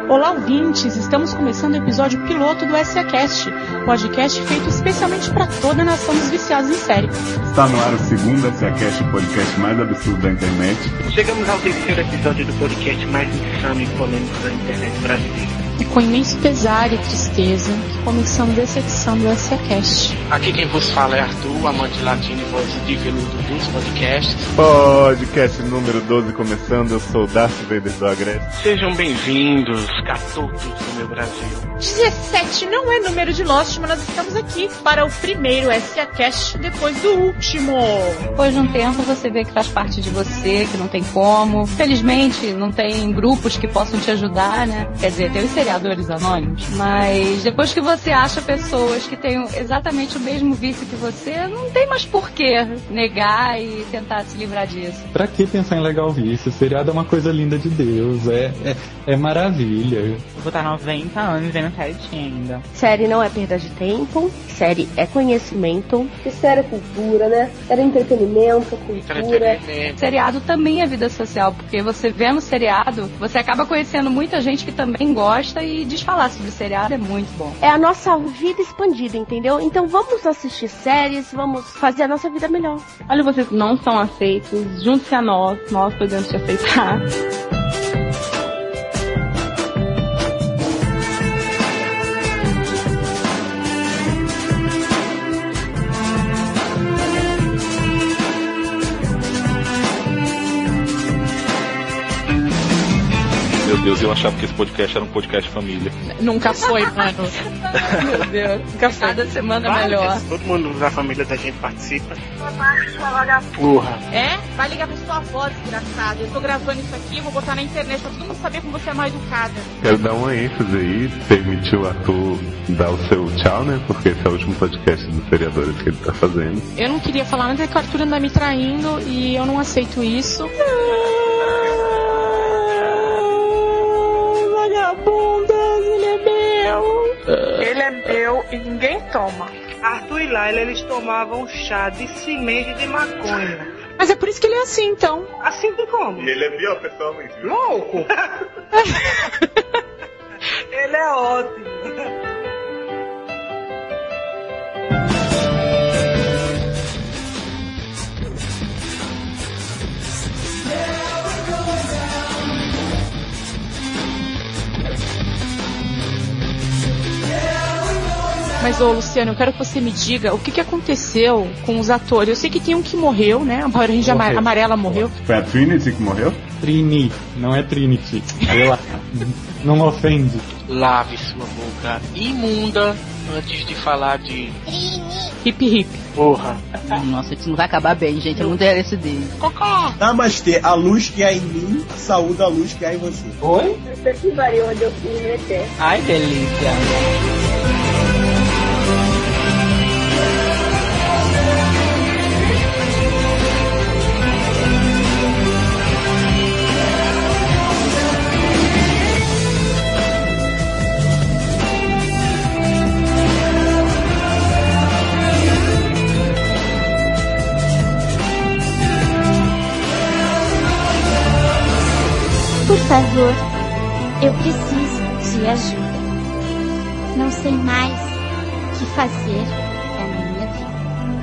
Olá, ouvintes! Estamos começando o episódio piloto do SAcast, podcast feito especialmente para toda a nação dos viciados em série. Está no ar o segundo SAcast, o podcast mais absurdo da internet. Chegamos ao terceiro episódio do podcast mais insano e polêmico da internet brasileira. E com imenso pesar e tristeza, começamos essa edição do SAcast. Aqui quem vos fala é Arthur, amante latino e voz de veludo dos podcasts. Podcast número 12 começando, eu sou o Darth Vader do Agreste. Sejam bem-vindos, catotos do meu Brasil. 17 não é número de Lost, mas nós estamos aqui para o primeiro SAcast depois do último. Depois de um tempo você vê que faz parte de você, que não tem como. Felizmente não tem grupos que possam te ajudar, né? Quer dizer, tem os seriadores anônimos, mas depois que você acha pessoas que têm exatamente o mesmo vício que você, não tem mais por que negar e tentar se livrar disso. Pra que pensar em legal vício? O seriado é uma coisa linda de Deus, é maravilha. Eu vou estar 90 anos vendo série ainda. Série não é perda de tempo, série é conhecimento. E série é cultura, né? Série é entretenimento, cultura. Seriado também é vida social, porque você vendo seriado, você acaba conhecendo muita gente que também gosta e desfalar sobre seriado é muito bom. É a nossa vida expandida, entendeu? Então vamos assistir séries, vamos fazer a nossa vida melhor. Olha, vocês não são aceitos, junte-se a nós podemos te aceitar. Meu Deus, eu achava que esse podcast era um podcast família. Nunca foi, mano. Meu Deus, cada semana melhor. Todo mundo da família da gente participa. Porra. É? Vai ligar pra sua avó, desgraçado. Eu tô gravando isso aqui, vou botar na internet pra todo mundo saber como você é mal educada. Quero dar uma ênfase aí, permitir o Arthur dar o seu tchau, né? Porque esse é o último podcast dos seriadores que ele tá fazendo. Eu não queria falar, mas é que o Arthur anda me traindo e eu não aceito isso. Vagabundas, ele é meu. Ele é meu e ninguém toma. Arthur e Laila, eles tomavam chá de semente de maconha. Mas é por isso que ele é assim, então. Assim como? E ele é pior pessoalmente, viu? Louco! Ele é ótimo. Mas, ô Luciano, eu quero que você me diga o que aconteceu com os atores. Eu sei que tem um que morreu, né? A Ranger Amarela morreu. Foi a Trinity que morreu? Trini, não é Trinity. Não ofende. Lave sua boca imunda antes de falar de Hip hip. Porra. Nossa, isso não vai acabar bem, gente. Eu não tenho esse dele. Namastê, a luz que há em mim, saúde a luz que há em você. Oi? Você que variou onde eu fui meter. Ai, delícia. Por favor, eu preciso de ajuda. Não sei mais o que fazer na minha vida.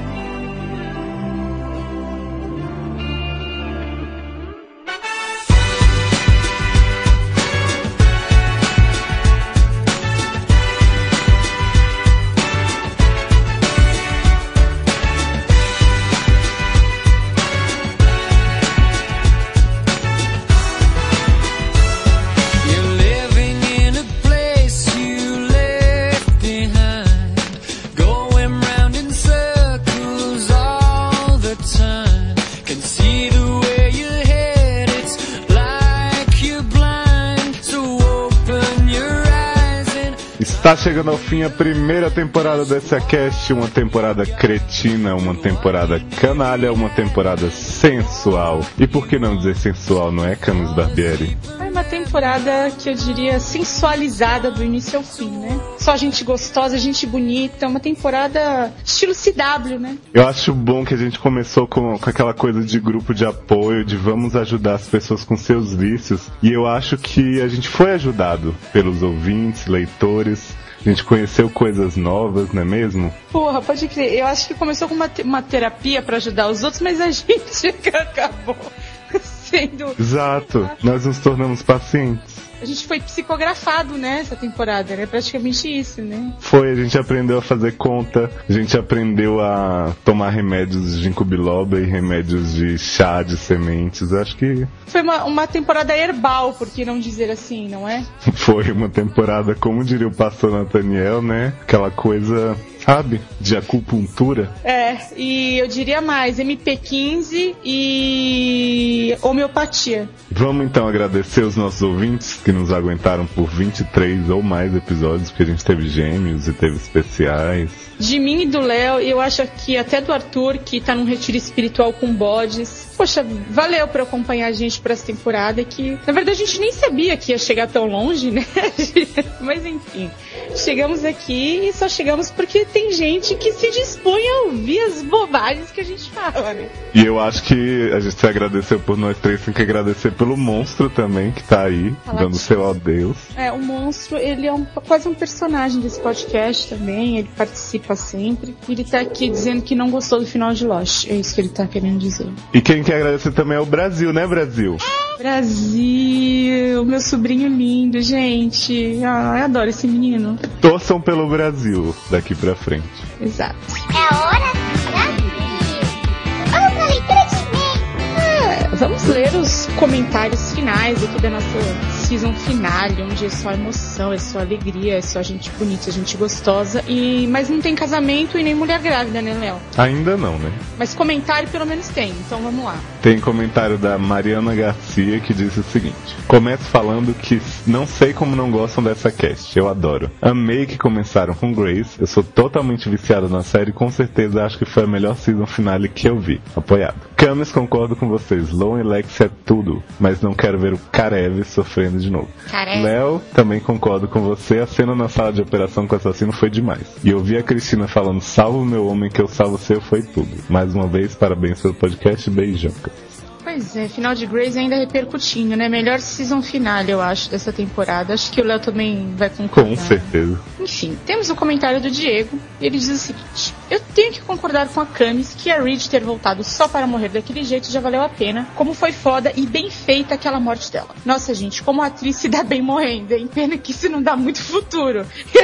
Tá chegando ao fim a primeira temporada do SAcast, uma temporada cretina, uma temporada canalha, uma temporada sensual. E por que não dizer sensual, não é, Camis Barbieri? É uma temporada que eu diria sensualizada do início ao fim, né? Só gente gostosa, gente bonita. Uma temporada estilo CW, né? Eu acho bom que a gente começou com aquela coisa de grupo de apoio, de vamos ajudar as pessoas com seus vícios. E eu acho que a gente foi ajudado pelos ouvintes, leitores. A gente conheceu coisas novas, não é mesmo? Porra, pode crer. Eu acho que começou com uma terapia pra ajudar os outros, mas a gente acabou sendo... Exato. Nós nos tornamos pacientes. A gente foi psicografado, né, essa temporada, né? Praticamente isso, né? Foi, a gente aprendeu a fazer conta, a gente aprendeu a tomar remédios de ginkgo biloba e remédios de chá de sementes, acho que... Foi uma temporada herbal, por que não dizer assim, não é? Foi uma temporada, como diria o pastor Nathaniel, né? Aquela coisa... sabe? De acupuntura. E eu diria mais, MP15 e homeopatia. Vamos então agradecer os nossos ouvintes que nos aguentaram por 23 ou mais episódios, porque a gente teve gêmeos e teve especiais. De mim e do Léo, eu acho que até do Arthur, que tá num retiro espiritual com bodes. Poxa, valeu por acompanhar a gente por essa temporada, que na verdade a gente nem sabia que ia chegar tão longe, né? Mas enfim, chegamos aqui e só chegamos porque tem gente que se dispõe a ouvir as bobagens que a gente fala, né? E eu acho que a gente se agradeceu por nós três, tem que agradecer pelo monstro também, que tá aí, dando seu adeus. O monstro, ele é quase um personagem desse podcast também, ele participa sempre. E ele tá aqui dizendo que não gostou do final de Lost, é isso que ele tá querendo dizer. E quem quer agradecer também é o Brasil, né, Brasil? Brasil, meu sobrinho lindo, gente. Eu adoro esse menino. Torçam pelo Brasil daqui pra frente. Exato. É hora do Brasil. Vamos pra leitura de e-mail. Vamos ler os comentários finais aqui da nossa season finale, onde é só emoção, é só alegria, é só gente bonita, gente gostosa. Mas não tem casamento e nem mulher grávida, né, Léo? Ainda não, né? Mas comentário pelo menos tem, então vamos lá. Tem comentário da Mariana Garcia que diz o seguinte: começo falando que não sei como não gostam dessa cast, eu adoro. Amei que começaram com Grace, eu sou totalmente viciado na série e com certeza acho que foi a melhor season finale que eu vi. Apoiado. Camis, concordo com vocês, Lon e Lex é tudo, mas não quero ver o Karev sofrendo de novo. Léo, também concordo com você, a cena na sala de operação com o assassino foi demais. E ouvir a Cristina falando salvo meu homem que eu salvo o seu foi tudo. Mais uma vez, parabéns pelo podcast, beijão. Pois é, final de Grace ainda repercutindo, né? Melhor season finale, eu acho, dessa temporada. Acho que o Léo também vai concordar. Com certeza. Enfim, temos o comentário do Diego. Ele diz o seguinte: eu tenho que concordar com a Camis que a Reed ter voltado só para morrer daquele jeito já valeu a pena. Como foi foda e bem feita aquela morte dela. Nossa, gente, como a atriz se dá bem morrendo, hein? Pena que isso não dá muito futuro.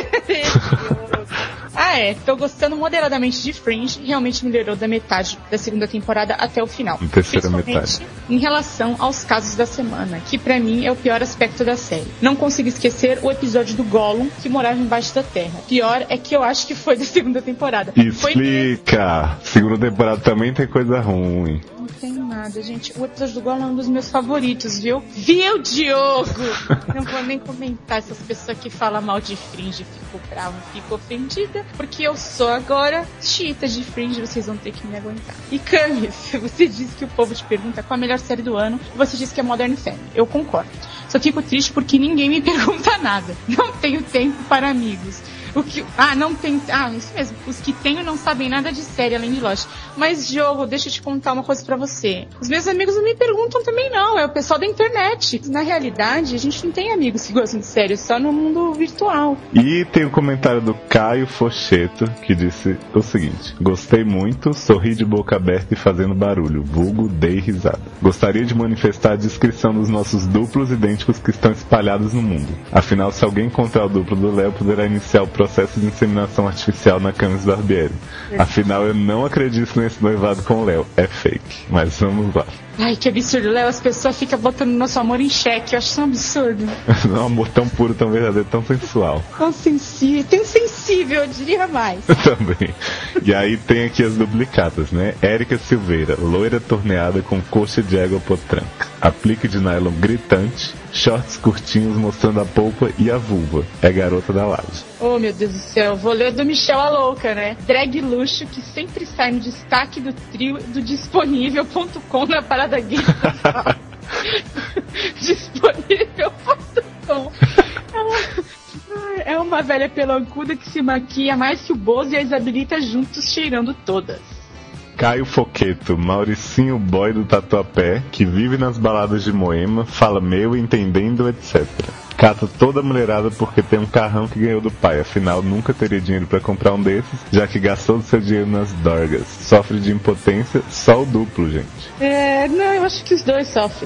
Tô gostando moderadamente de Fringe. Realmente melhorou da metade da segunda temporada até o final. Terceira metade. Em relação aos casos da semana, que pra mim é o pior aspecto da série. Não consigo esquecer o episódio do Gollum, que morava embaixo da terra. Pior é que eu acho que foi da segunda temporada. Explica! Segunda temporada também tem coisa ruim. Não tem nada, gente. O episódio do Gollum é um dos meus favoritos, viu? Viu, Diogo? Não vou nem comentar essas pessoas que falam mal de Fringe. Fico brava, fico ofendida, porque eu sou agora chita de Fringe, vocês vão ter que me aguentar. E Camis, você disse que o povo te pergunta qual a melhor série do ano, e você disse que é Modern Family. Eu concordo. Só fico triste porque ninguém me pergunta nada. Não tenho tempo para amigos. Isso mesmo. Os que tenho não sabem nada de série além de Lost. Mas, Diogo, deixa eu te contar uma coisa pra você. Os meus amigos não me perguntam também, não. É o pessoal da internet. Na realidade, a gente não tem amigos que gostam de série, só no mundo virtual. E tem o comentário do Caio Focheto, que disse o seguinte: gostei muito, sorri de boca aberta e fazendo barulho. Vulgo, dei risada. Gostaria de manifestar a descrição dos nossos duplos idênticos que estão espalhados no mundo. Afinal, se alguém encontrar o duplo do Léo, poderá iniciar o processo de inseminação artificial na Camis Barbieri. Afinal, eu não acredito nesse noivado com o Léo. É fake. Mas vamos lá. Ai, que absurdo, Léo. As pessoas ficam botando nosso amor em xeque. Eu acho isso um absurdo. Um amor tão puro, tão verdadeiro, tão sensual. Tão sensível, eu diria mais. Também. E aí tem aqui as duplicadas, né? Érica Silveira, loira torneada com coxa de égua potranca. Aplique de nylon gritante, shorts curtinhos mostrando a polpa e a vulva. É garota da laje. Oh, meu Deus do céu. Vou ler do Michel a louca, né? Drag luxo que sempre sai no destaque do trio do disponível.com na parada gay. Disponível.com. É uma velha pelancuda que se maquia mais que o Bozo e a Isabelita juntos cheirando todas. Caio Foqueto, Mauricinho boy do Tatuapé, que vive nas baladas de Moema, fala meu, entendendo, etc. Cata toda a mulherada porque tem um carrão que ganhou do pai, afinal nunca teria dinheiro pra comprar um desses, já que gastou do seu dinheiro nas dorgas. Sofre de impotência, só o duplo, gente. Não, eu acho que os dois sofrem.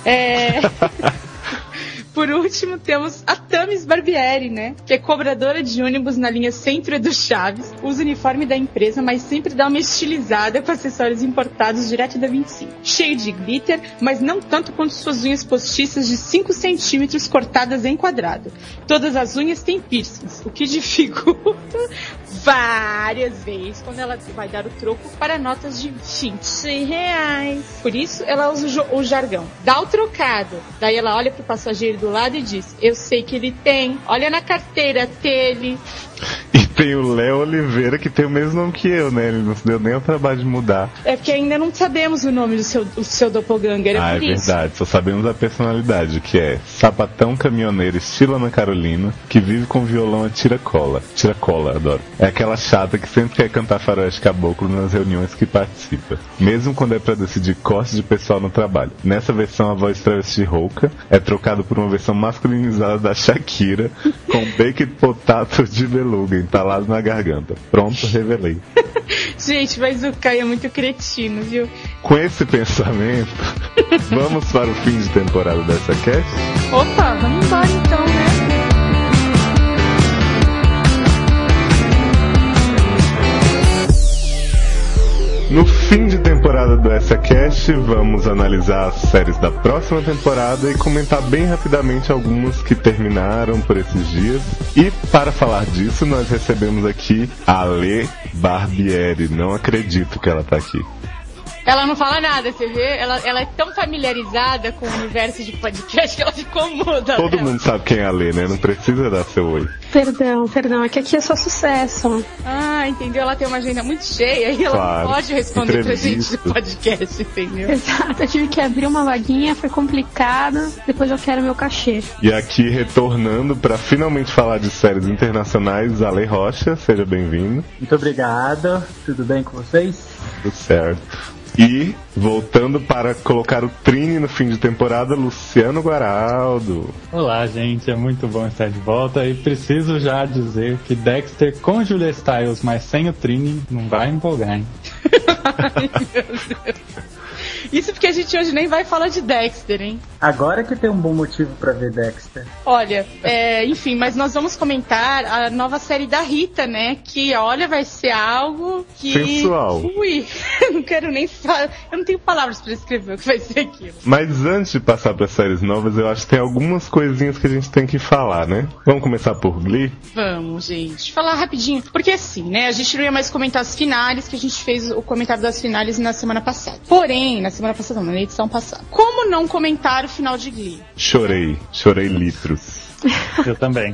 Por último, temos a Thames Barbieri, né? Que é cobradora de ônibus na linha Centro Edu Chaves, usa o uniforme da empresa, mas sempre dá uma estilizada com acessórios importados direto da 25. Cheio de glitter, mas não tanto quanto suas unhas postiças de 5 centímetros cortadas em quadrado. Todas as unhas têm piercings, o que dificulta várias vezes quando ela vai dar o troco para notas de 20 reais. Por isso, ela usa o jargão. Dá o trocado. Daí ela olha pro passageiro do lado e diz, eu sei que ele tem, olha na carteira dele. E tem o Léo Oliveira, que tem o mesmo nome que eu, né? Ele não se deu nem o trabalho de mudar. É porque ainda não sabemos o nome do seu doppelganger, é verdade, só sabemos a personalidade, que é sapatão caminhoneiro estilo Ana Carolina, que vive com violão a tira-cola. Tira-cola, adoro. É aquela chata que sempre quer cantar faroeste caboclo nas reuniões que participa, mesmo quando é pra decidir corte de pessoal no trabalho. Nessa versão, a voz travesti rouca é trocada por uma versão masculinizada da Shakira, com baked potato de beluga entalado na garganta. Pronto, revelei. Gente, mas o Caio é muito cretino, viu? Com esse pensamento, vamos para o fim de temporada dessa cast? Opa, vamos embora então, né? No fim de temporada do SAcast, vamos analisar as séries da próxima temporada e comentar bem rapidamente algumas que terminaram por esses dias. E para falar disso, nós recebemos aqui a Ale Barbieri. Não acredito que ela tá aqui. Ela não fala nada, você vê? Ela é tão familiarizada com o universo de podcast que ela ficou muda. Todo mundo sabe quem é a Lê, né? Não precisa dar seu oi. Perdão, é que aqui é só sucesso. Ah, entendeu? Ela tem uma agenda muito cheia e ela não pode responder pra gente no podcast, entendeu? Exato, eu tive que abrir uma vaguinha, foi complicado, depois eu quero meu cachê. E aqui, retornando pra finalmente falar de séries internacionais, Ale Rocha, seja bem-vindo. Muito obrigado, tudo bem com vocês? Tudo certo. E, voltando para colocar o Trini no fim de temporada, Luciano Guaraldo. Olá, gente, é muito bom estar de volta e preciso já dizer que Dexter com Julia Stiles, mas sem o Trini, não vai empolgar, hein? Ai, meu Deus. Isso porque a gente hoje nem vai falar de Dexter, hein? Agora que tem um bom motivo pra ver Dexter. Olha, enfim, mas nós vamos comentar a nova série da Rita, né? Que, olha, vai ser algo que... sensual. Ui, não quero nem falar. Eu não tenho palavras pra descrever o que vai ser aquilo. Mas antes de passar para séries novas, eu acho que tem algumas coisinhas que a gente tem que falar, né? Vamos começar por Glee? Vamos, gente. Falar rapidinho. Porque assim, né? A gente não ia mais comentar as finales, que a gente fez o comentário das finales na semana passada. Porém, na semana passada não, na edição passada. Como não comentar o final de Glee? Chorei litros. Eu também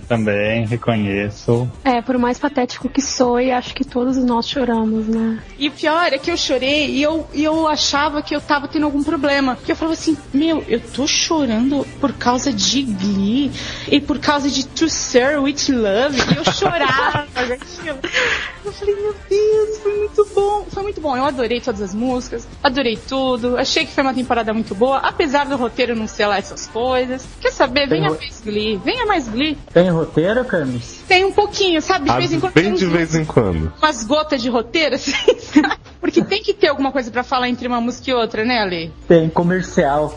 reconheço. Por mais patético que soe, acho que todos nós choramos, né? E o pior é que eu chorei e eu achava que eu tava tendo algum problema. Porque eu falava assim, eu tô chorando por causa de Glee e por causa de To Sir With Love. E eu chorava. Eu falei, meu Deus, foi muito bom. Eu adorei todas as músicas, adorei tudo. Achei que foi uma temporada muito boa, apesar do roteiro não ser lá essas coisas. Quer saber? Venha mais Glee. Tem roteiro, Camis? Tem um pouquinho, sabe? De vez em quando. Bem de vez em quando. Umas gotas de roteiro, assim, sabe? Porque tem que ter alguma coisa pra falar entre uma música e outra, né, Ale? Tem comercial.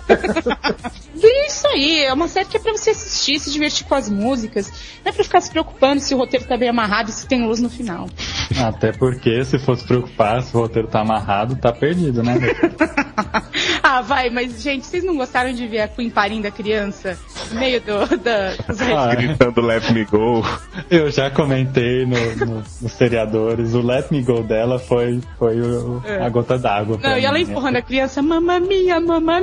É isso aí, é uma série que é pra você assistir, se divertir com as músicas. Não é pra ficar se preocupando se o roteiro tá bem amarrado e se tem luz no final. Até porque, se fosse preocupar se o roteiro tá amarrado, tá perdido, né? Vai, mas, gente, vocês não gostaram de ver a Queen parindo a criança no meio gritando Let Me Go? Eu já comentei nos seriadores, o Let Me Go dela foi a gota d'água. Não, e ela empurrando a criança, mamma mia.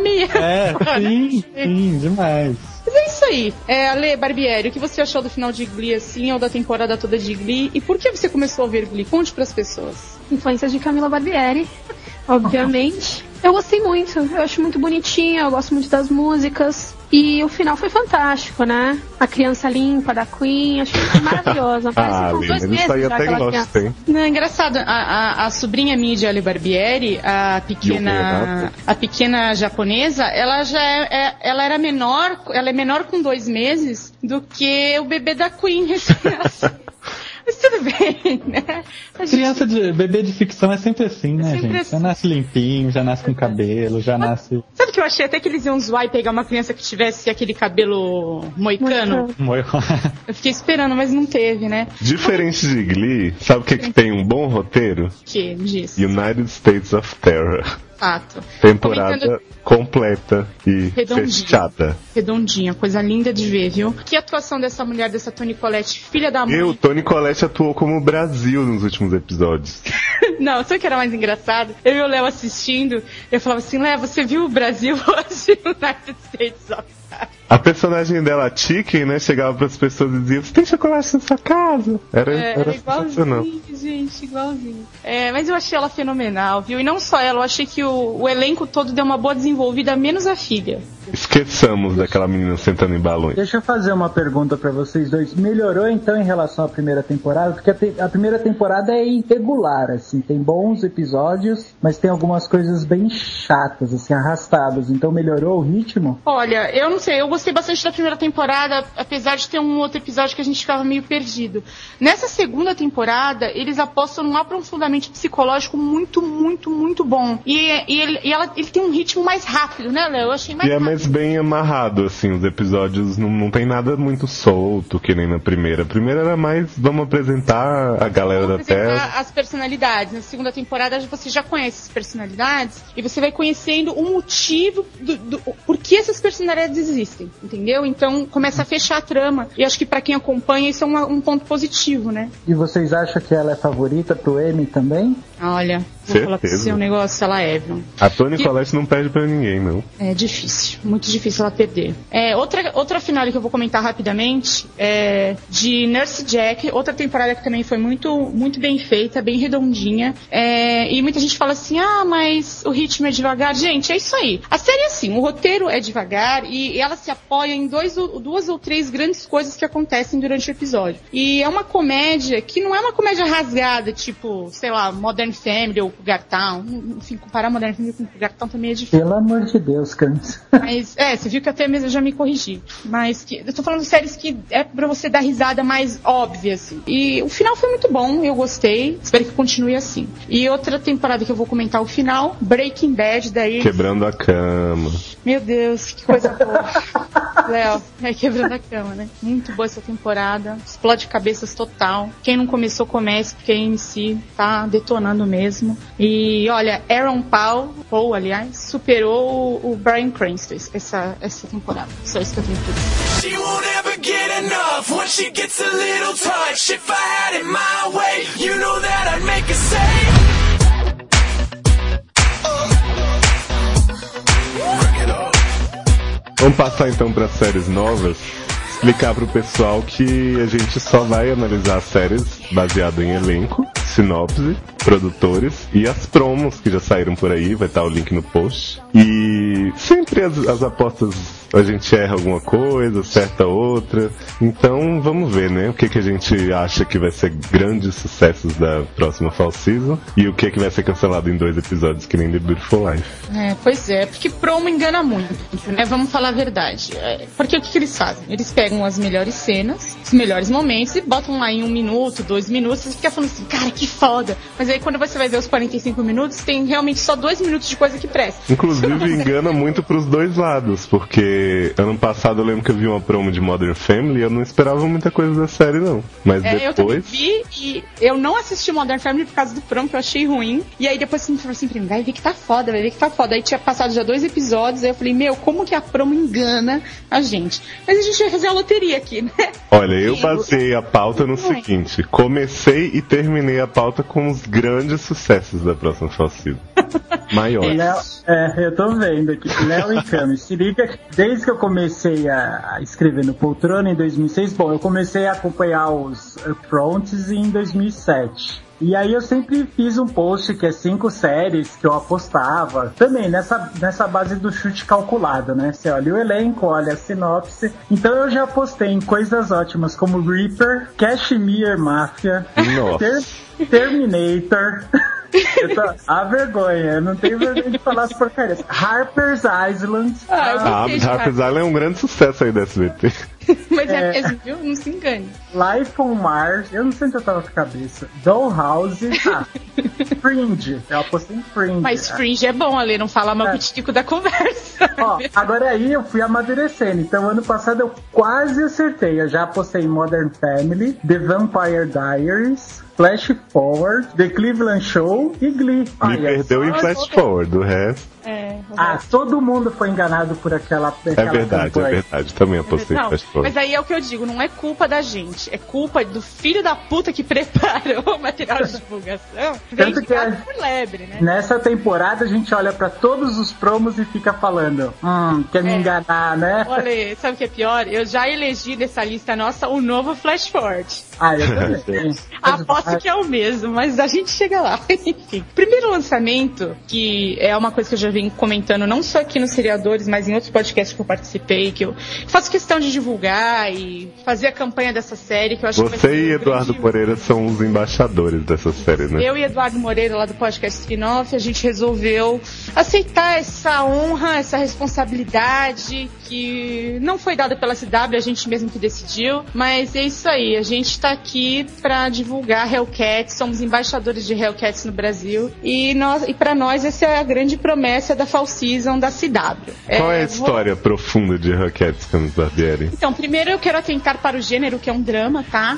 Sim, demais. Mas é isso aí. Ale Barbieri, o que você achou do final de Glee, assim, ou da temporada toda de Glee? E por que você começou a ver Glee? Conte pras pessoas. Influências de Camila Barbieri, obviamente. Eu gostei muito, eu acho muito bonitinha, eu gosto muito das músicas. E o final foi fantástico, né? A criança limpa da Queen, achei maravilhosa. Mas isso aí até gosto, hein? Não, é engraçado, a sobrinha minha de Ali Barbieri, a pequena japonesa, ela ela era menor, ela é menor com 2 meses do que o bebê da Queen recém-nascido. Mas tudo bem, né? Bebê de ficção é sempre assim, né, gente? Assim. Já nasce limpinho, já nasce com cabelo, já nasce... Sabe o que eu achei? Até que eles iam zoar e pegar uma criança que tivesse aquele cabelo moicano. Eu fiquei esperando, mas não teve, né? Diferente de Glee, sabe o que tem um bom roteiro? Que diz? United States of Terror. Fato. Temporada completa e fechada. Redondinha, coisa linda de ver, viu? Que atuação dessa mulher, dessa Toni Collette, filha da mãe. Toni Collette atuou como o Brasil nos últimos episódios. Não, sabe o que era mais engraçado? Eu e o Léo assistindo, eu falava assim, Léo, você viu o Brasil hoje no United States of Terror? A personagem dela, a Chicken, né, chegava pras pessoas e dizia, você tem chocolate na sua casa? Era igualzinho, gente, igualzinho. Mas eu achei ela fenomenal, viu? E não só ela, eu achei que o elenco todo deu uma boa desenvolvida, menos a filha. Esqueçamos daquela menina sentando em balões. Deixa eu fazer uma pergunta pra vocês dois. Melhorou então em relação à primeira temporada? Porque a primeira temporada é irregular, assim, tem bons episódios, mas tem algumas coisas bem chatas, assim, arrastadas. Então melhorou o ritmo? Olha, eu não sei, eu gostei bastante da primeira temporada, apesar de ter um outro episódio que a gente ficava meio perdido. Nessa segunda temporada, eles apostam num aprofundamento psicológico muito, muito, muito bom. E ele tem um ritmo mais rápido, né, Léo? Eu achei mais rápido. Mais bem amarrado, assim, os episódios não tem nada muito solto, que nem na primeira. A primeira era mais, vamos apresentar a galera da Terra. As personalidades. Na segunda temporada você já conhece as personalidades e você vai conhecendo o motivo por que essas personalidades existem, entendeu? Então começa a fechar a trama. E acho que pra quem acompanha isso é um ponto positivo, né? E vocês acham que ela é favorita pro Emmy também? Olha, vou falar pra você um negócio, ela é, viu? A Toni Collette não perde pra ninguém, não. É difícil, muito difícil ela perder. Outra finale que eu vou comentar rapidamente é de Nurse Jack, outra temporada que também foi muito, muito bem feita, bem redondinha. E muita gente fala assim, mas o ritmo é devagar. Gente, é isso aí. A série é assim, o roteiro é devagar e ela se apoia em 2 ou 3 grandes coisas que acontecem durante o episódio. E é uma comédia que não é uma comédia rasgada, tipo, sei lá, Modern Family ou Cougar Town. Enfim, comparar Modern Family com Cougar Town também é difícil. Pelo amor de Deus, Camis. Mas, você viu que até mesmo eu já me corrigi. Mas eu tô falando de séries que é pra você dar risada mais óbvia, assim. E o final foi muito bom, eu gostei. Espero que continue assim. E outra temporada que eu vou comentar o final, Breaking Bad, daí... Quebrando a cama. Meu Deus, que coisa boa. Léo, quebrando a cama, né? Muito boa essa temporada. Explode cabeças total. Quem não começou, comece, porque a AMC tá detonando mesmo. E olha, Aaron Paul, aliás, superou o Bryan Cranston essa temporada. Só isso que eu tenho que dizer. She won't ever get enough when she gets a little touch. If I had it my way, you know that I'd make her say. Vamos passar então para séries novas. Explicar pro pessoal que a gente só vai analisar as séries baseado em elenco, sinopse, produtores e as promos que já saíram por aí, vai estar o link no post. E sempre as apostas a gente erra alguma coisa, acerta outra. Então vamos ver, né? O que a gente acha que vai ser grandes sucessos da próxima Fall Season e o que vai ser cancelado em 2 episódios, que nem The Beautiful Life. Pois é, porque promo engana muito, né? Vamos falar a verdade. Porque o que eles fazem? Eles pegam as melhores cenas, os melhores momentos e botam lá em 1 minuto, 2 minutos, e fica falando assim, cara, que foda. Mas aí quando você vai ver os 45 minutos, tem realmente só 2 minutos de coisa que presta. Inclusive engana muito pros 2 lados, porque ano passado eu lembro que eu vi uma promo de Modern Family e eu não esperava muita coisa da série, não. Mas depois... Eu também vi e eu não assisti Modern Family por causa do promo, que eu achei ruim. E aí depois você me falou assim, vai ver que tá foda, vai ver que tá foda. Aí tinha passado já 2 episódios, aí eu falei, como que a promo engana a gente? Mas a gente vai fazer a loteria aqui, né? Olha, eu baseei a pauta no seguinte, comecei e terminei a pauta com os grandes sucessos da próxima Fall Season. Maiores. Eu tô vendo aqui, Léo e Camis, se liga, desde que eu comecei a escrever no Poltrona em 2006, bom, eu comecei a acompanhar os Upfronts em 2007. E aí eu sempre fiz um post que é 5 séries que eu apostava. Também nessa base do chute calculado, né? Você olha o elenco, olha a sinopse. Então eu já apostei em coisas ótimas como Reaper, Cashmere Mafia, Terminator... A vergonha, eu não tenho vergonha de falar as porcarias. Harper's Island. Harper's Island é um grande sucesso aí da SBT. Mas é mesmo, viu? Não se engane. Life on Mars, eu não sei onde eu tava com a cabeça. Dollhouse, Fringe, eu apostei em Fringe. Mas Fringe é bom, Ale, não fala mal Tico da conversa. Ó, agora aí eu fui amadurecendo, então ano passado eu quase acertei. Eu já apostei em Modern Family, The Vampire Diaries, Flash Forward, The Cleveland Show e Glee. Me perdeu em Flash Forward, do resto. Todo mundo foi enganado por aquela É verdade. Também apostei em Flash Forward. Mas aí é o que eu digo, não é culpa da gente, é culpa do filho da puta que preparou o material de divulgação. Tanto que por lebre, né? Nessa temporada a gente olha pra todos os promos e fica falando, quer me enganar, né? Olha, sabe o que é pior? Eu já elegi nessa lista nossa o novo Flash Forward. Eu também. Aposto que é o mesmo, mas a gente chega lá. Enfim, primeiro lançamento, que é uma coisa que eu já venho comentando, não só aqui nos Seriadores, mas em outros podcasts que eu participei, que eu faço questão de divulgar e fazer a campanha dessa série, que eu acho que Você e Eduardo Moreira são os embaixadores dessa série, né? Eu e Eduardo Moreira, lá do podcast Spin-Off, a gente resolveu aceitar essa honra, essa responsabilidade que não foi dada pela CW, a gente mesmo que decidiu, mas é isso aí, a gente tá aqui pra divulgar Hellcats, somos embaixadores de Hellcats no Brasil e pra nós essa é a grande promessa da Fall Season da CW. Qual é a história profunda de Hellcats, Camis Barbieri? Então, primeiro eu quero atentar para o gênero, que é um drama, tá?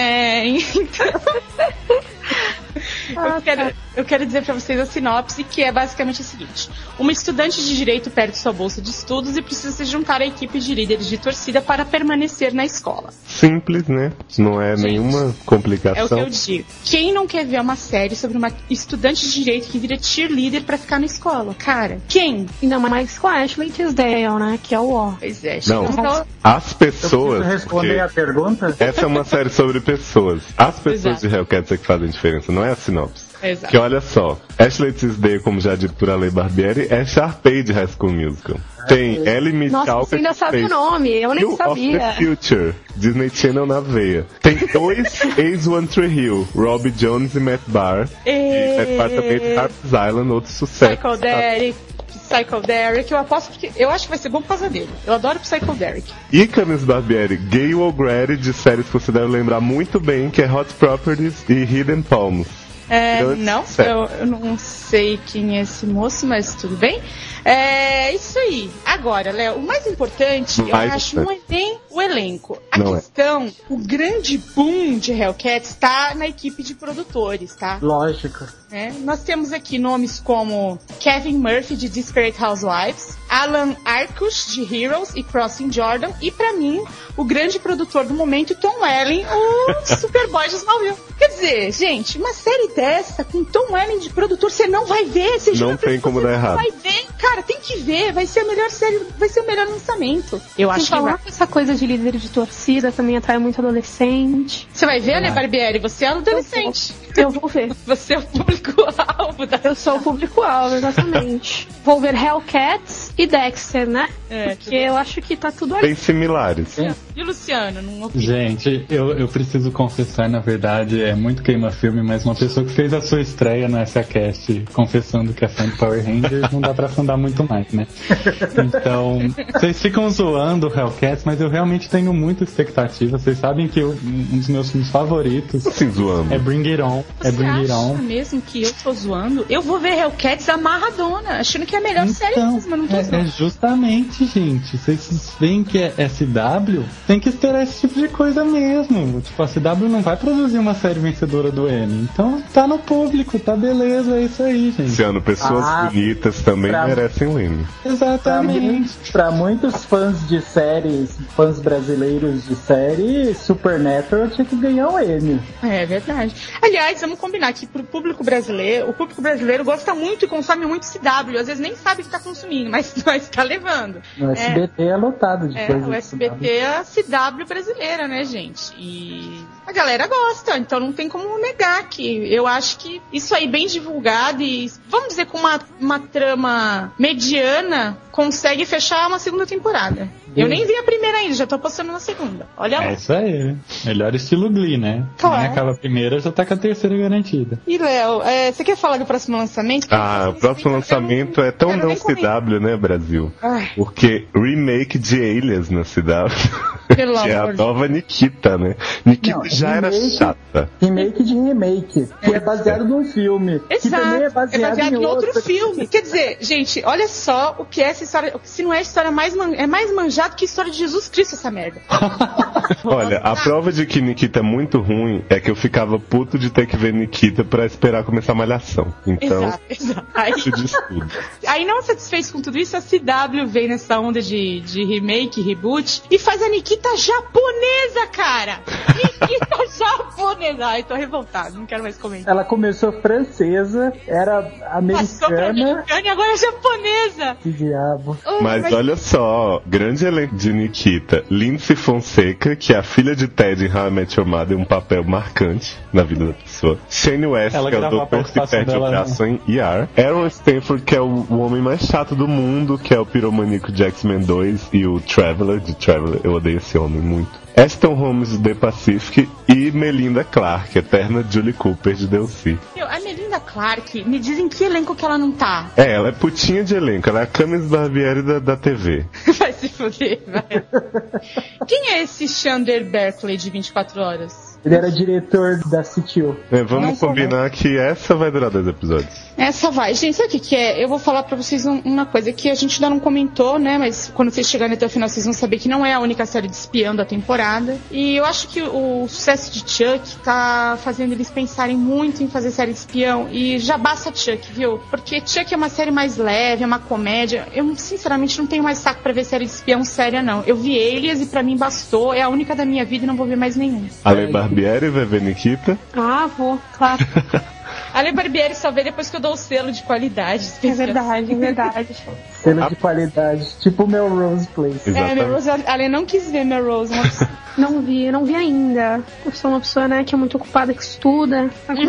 Eu quero dizer pra vocês a sinopse, que é basicamente o seguinte: uma estudante de direito perde sua bolsa de estudos e precisa se juntar à equipe de líderes de torcida para permanecer na escola. Simples, né? Não é nenhuma complicação. É o que eu digo. Quem não quer ver uma série sobre uma estudante de direito que vira cheerleader pra ficar na escola? Cara, quem? Não, mas com a Ashley Tisdale, né? Que é o ó. Pois é. Não, as pessoas... Eu preciso responder a pergunta? Essa é uma série sobre pessoas. As pessoas de Hellcats é que fazem diferença, não é a sinopse. Exato. Que olha só, Ashley Tisdale, como já dito por Ale Barbieri, é Sharpay de High School Musical. Tem Ellie Mitchell. Nossa, você ainda sabe o nome, eu nem sabia. Of the Future, Disney Channel na veia. Tem 2 ex-One Tree Hill, Robbie Jones e Matt Barr. E departamento Harper's Island, outro sucesso. Psycho Derek, eu aposto porque eu acho que vai ser bom por causa dele. Eu adoro Psycho Derek. E Camis Barbieri, Gayle O'Grady, de séries que você deve lembrar muito bem, que é Hot Properties e Hidden Palms. Não, eu não sei quem é esse moço, mas tudo bem. É isso aí. Agora, Léo, o mais importante, eu acho, não é nem o elenco. A questão, o grande boom de Hellcats está na equipe de produtores, tá? Lógico. Nós temos aqui nomes como Kevin Murphy, de Desperate Housewives, Alan Arkush, de Heroes e Crossing Jordan, e pra mim, o grande produtor do momento, Tom Welling, o Superboy de Smallville. Quer dizer, gente, uma série dessa, com Tom Welling de produtor, você não vai ver. Não tem como dar errado. Vai ver, cara, tem que ver, vai ser a melhor série, vai ser o melhor lançamento. Eu acho que essa coisa de líder de torcida também atrai muito adolescente. Você vai ver, né, Barbieri? Você é adolescente. Eu vou ver. Você é o público-alvo. Eu sou o público-alvo, exatamente. Vou ver Hellcats e Dexter, né? Porque eu acho que tá tudo ali. Bem similares. E Luciano, não opina? Gente, eu preciso confessar, na verdade, é muito queima-filme, mas uma pessoa que fez a sua estreia no SAcast confessando que é fã de Power Rangers, não dá pra afundar muito mais, né? Então, vocês ficam zoando o Hellcats, mas eu realmente tenho muita expectativa. Vocês sabem que um dos meus filmes favoritos é Bring It On. Você acha mesmo que eu tô zoando? Eu vou ver Hellcats amarradona, achando que é a melhor série mesmo, eu não tô zoando. Justamente, gente. Vocês veem que é SW, tem que esperar esse tipo de coisa mesmo. Tipo, a CW não vai produzir uma série vencedora do Emmy. Então tá no público, tá beleza, é isso aí, gente. Esse ano, pessoas bonitas também merecem o Emmy. Exatamente. Pra muitos fãs de séries, fãs brasileiros de série, Supernatural tinha que ganhar o Emmy. É verdade. Aliás, vamos combinar que pro público brasileiro, o público brasileiro gosta muito e consome muito CW. Às vezes nem sabe o que tá consumindo, mas tá levando. O SBT é lotado de coisas. O SBT é a CW brasileira, né, gente? E a galera gosta, então não tem como negar que eu acho que isso aí bem divulgado e, vamos dizer, com uma trama mediana, consegue fechar uma segunda temporada. Eu nem vi a primeira ainda, já tô postando na segunda. Olha lá. É isso aí. Melhor estilo Glee, né? Claro. Nem acaba a primeira, já tá com a terceira garantida. E, Léo, você quer falar do próximo lançamento? O próximo lançamento é tão não CW, né, Brasil? Ai. Porque remake de Alias na CW. Pelo que é a amor nova Nikita, né? Nikita já era chata. Remake de remake, que é baseado num filme. Exato. Que também é baseado em outro filme. Quer dizer, gente, olha só o que é essa história. Se não é a história mais manjada que a história de Jesus Cristo, essa merda. Olha, a prova de que Nikita é muito ruim é que eu ficava puto de ter que ver Nikita pra esperar começar a Malhação. Então, exato. isso diz tudo. Aí, não satisfeito com tudo isso, a CW vem nessa onda de remake, reboot, e faz a Nikita japonesa, cara! Nikita japonesa! Ai, tô revoltado, não quero mais comentar. Ela começou francesa, era americana. Passou pra americana e agora é japonesa! Que diabo. Mas olha só, grande elenco de Nikita. Lindsay Fonseca, que é a filha de Ted em How I Met Your Mother, um papel marcante na vida da pessoa. Shane West, que é o doutor que perde o braço em ER. Aaron Stanford, que é o homem mais chato do mundo, que é o piromaníaco de X-Men 2 e o Traveler, de Traveler. Eu odeio esse homem muito. Aston Holmes de The Pacific e Melinda Clarke, eterna Julie Cooper de DLC. A Melinda Clarke, me dizem que elenco que ela não tá. Ela é putinha de elenco, ela é a Camis Barbieri da TV. Vai se fuder, vai. Quem é esse Xander Berkeley de 24 horas? Ele era diretor da CTO. Vamos combinar que essa vai durar 2 episódios. Essa vai. Gente, sabe o que é? Eu vou falar pra vocês uma coisa que a gente ainda não comentou, né? Mas quando vocês chegarem até o final, vocês vão saber que não é a única série de espião da temporada. E eu acho que o sucesso de Chuck tá fazendo eles pensarem muito em fazer série de espião. E já basta Chuck, viu? Porque Chuck é uma série mais leve, é uma comédia. Eu, sinceramente, não tenho mais saco pra ver série de espião séria, não. Eu vi Alias e pra mim bastou. É a única da minha vida e não vou ver mais nenhum. Ale Barbieri vai ver Nikita? Vou, claro. Ale Barbieri só vê depois que eu dou o selo de qualidade. É verdade, é verdade. Selo de qualidade, tipo Melrose Place. Melrose, Ale não quis ver Melrose. Não vi ainda. Eu sou uma pessoa, né, que é muito ocupada, que estuda.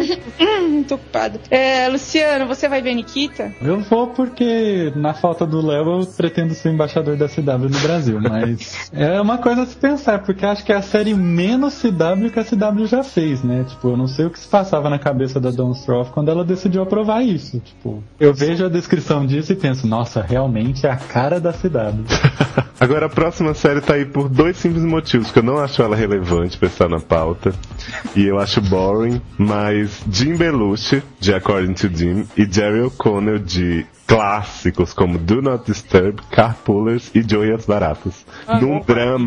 Muito ocupada. Luciano, você vai ver Nikita? Eu vou porque, na falta do Léo, eu pretendo ser embaixador da CW no Brasil. Mas é uma coisa a se pensar, porque acho que é a série menos CW que a CW já fez, né? Tipo, eu não sei o que se passava na cabeça da Dawn Stroff quando ela decidiu aprovar isso. Tipo, eu vejo a descrição disso e penso, nossa, realmente é a cara da CW. Agora a próxima série tá aí por 2 simples motivos, que eu não acho ela relevante pra estar na pauta, e eu acho boring, mas Jim Belushi, de According to Jim, e Jerry O'Connell, de clássicos como Do Not Disturb, Carpoolers e Joey as Baratas. Num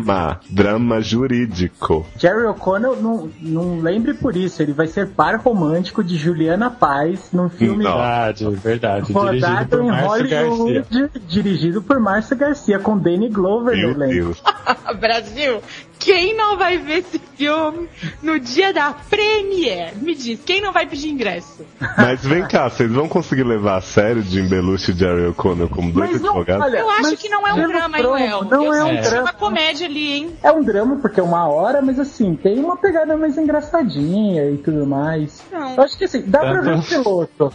drama jurídico. Jerry O'Connell, não lembre por isso, ele vai ser par romântico de Juliana Paz num filme verdade. rodado em Hollywood, dirigido por Márcia Garcia, com Danny Glover no elenco. Brasil, quem não vai ver esse filme no dia da premiere? Me diz, quem não vai pedir ingresso? Mas vem cá, vocês vão conseguir levar a sério Jim Belushi e Jerry O'Connell como 2 advogados? Olha, eu acho que não é um drama, Noel. Não é um drama. É uma comédia ali, hein? É um drama porque é 1 hora, mas assim, tem uma pegada mais engraçadinha e tudo mais. Não. Eu acho que assim, dá pra ver o piloto.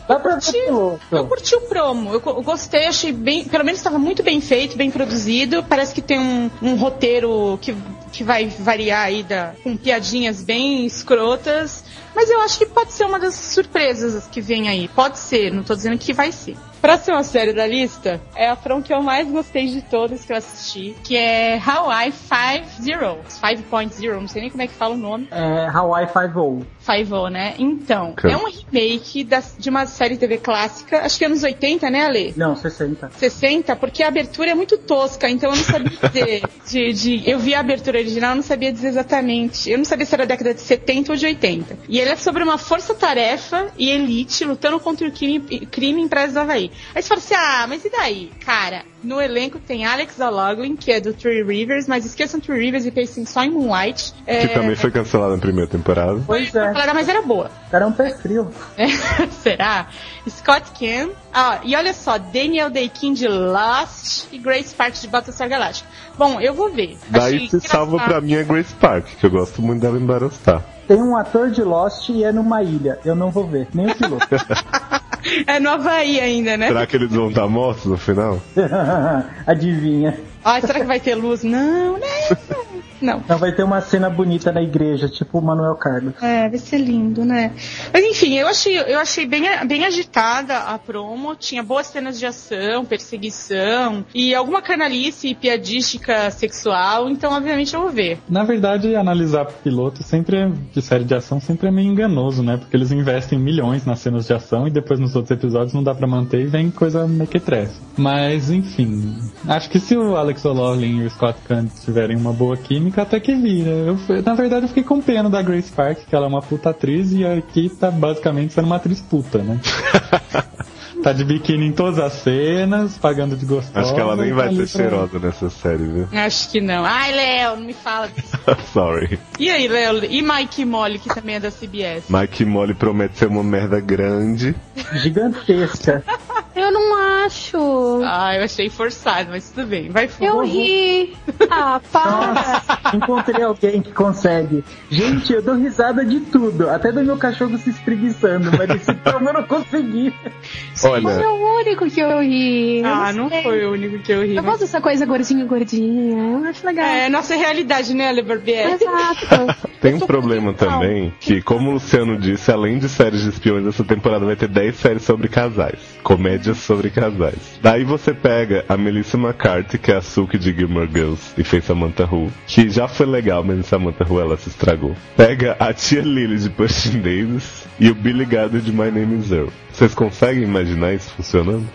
Eu curti o promo, eu gostei, achei bem, pelo menos estava muito bem feito, bem produzido. Parece que tem um roteiro que vai variar aí com piadinhas bem escrotas, mas eu acho que pode ser uma das surpresas que vem aí. Pode ser, não tô dizendo que vai ser. Próxima série da lista é a From que eu mais gostei de todas que eu assisti, que é Hawaii 5.0, não sei nem como é que fala o nome. É Hawaii 5.0. 5.0, né? Então, é um remake de uma série TV clássica, acho que anos 80, né, Ale? Não, 60. 60, porque a abertura é muito tosca, então eu não sabia dizer. Eu vi a abertura original, eu não sabia dizer exatamente. Eu não sabia se era década de 70 ou de 80. E ele é sobre uma força-tarefa e elite lutando contra o crime em praias do Havaí. Aí você fala assim, mas e daí? Cara, no elenco tem Alex O'Loughlin, que é do Three Rivers, mas esqueçam Three Rivers e pensem só em Moonlight. Que também foi cancelado na primeira temporada. Pois é. Mas era boa. Era um pé frio. Será? Scott Caan. E olha só, Daniel Day-Kim de Lost e Grace Park de Battlestar Galactica. Bom, eu vou ver. Daí se salva pra mim é Grace Park, que eu gosto muito dela em Battlestar. Tem um ator de Lost e é numa ilha. Eu não vou ver, nem o piloto. É no Havaí ainda, né? Será que eles vão estar mortos no final? Adivinha. Será que vai ter luz? Não, né? Não. Vai ter uma cena bonita na igreja, tipo o Manuel Carlos. Vai ser lindo, né? Mas enfim, eu achei bem agitada a promo, tinha boas cenas de ação, perseguição e alguma canalice e piadística sexual, então obviamente eu vou ver. Na verdade, analisar piloto de série de ação sempre é meio enganoso, né? Porque eles investem milhões nas cenas de ação e depois nos outros episódios não dá pra manter e vem coisa mequetrefe. Mas enfim, acho que se o Alex O'Loughlin e o Scott Caan tiverem uma boa química, até que vira. Na verdade, eu fiquei com pena da Grace Park, que ela é uma puta atriz e aqui tá basicamente sendo uma atriz puta, né? Tá de biquíni em todas as cenas, pagando de gostosa. Acho que ela nem vai ser cheirosa nessa série, viu? Acho que não. Ai, Léo, não me fala disso. Sorry. E aí, Léo? E Mike e Molly, que também é da CBS? Mike e Molly promete ser uma merda grande. Gigantesca. Eu não acho. Eu achei forçado, mas tudo bem. Vai fundo. Eu ri. Para. Nossa, encontrei alguém que consegue. Gente, eu dou risada de tudo. Até do meu cachorro se espreguiçando, mas esse filme eu não consegui. Olha. Foi o único que eu ri. Não foi o único que eu ri. Eu gosto dessa coisa gordinha. Eu acho legal. É nossa realidade, né, Ale Barbieri? Exato. Tem um problema também, que como o Luciano disse, além de séries de espiões, essa temporada vai ter 10 séries sobre casais. Comédias sobre casais. Daí você pega a Melissa McCarthy, que é a Suki de Gilmore Girls, e fez Samantha Who, que já foi legal, mas em Samantha Who ela se estragou. Pega a tia Lily de Pushing Davis e o Billy Gardner de My Name is Earl. Vocês conseguem imaginar isso funcionando?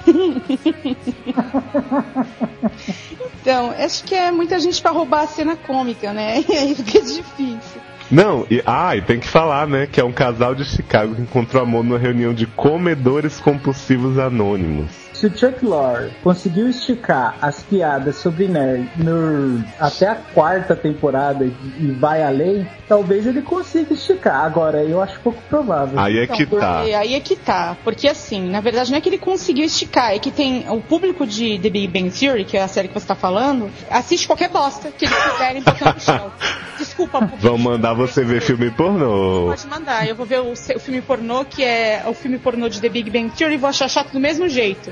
Então, acho que é muita gente pra roubar a cena cômica, né? E aí fica difícil. Não, e tem que falar, né, que é um casal de Chicago que encontrou amor numa reunião de comedores compulsivos anônimos. Se o Chuck Lorre conseguiu esticar as piadas sobre nerd até a 4ª temporada e vai além, talvez ele consiga esticar. Agora, eu acho pouco provável. Aí é que tá. Porque assim, na verdade não é que ele conseguiu esticar, é que tem o público de The Big Bang Theory, que é a série que você tá falando, assiste qualquer bosta que eles quiserem botar no chão. Desculpa, público. Vão mandar você ver filme pornô. Pode mandar, eu vou ver o filme pornô, que é o filme pornô de The Big Bang Theory, e vou achar chato do mesmo jeito.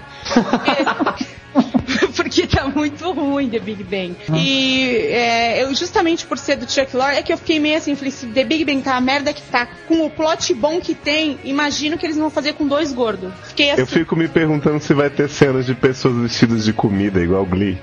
Porque tá muito ruim The Big Bang. E eu, justamente por ser do Chuck Lorre, é que eu fiquei meio assim, falei, se The Big Bang tá a merda que tá, com o plot bom que tem, imagino que eles vão fazer com 2 gordos. Fiquei assim. Eu fico me perguntando se vai ter cenas de pessoas vestidas de comida, igual Glee.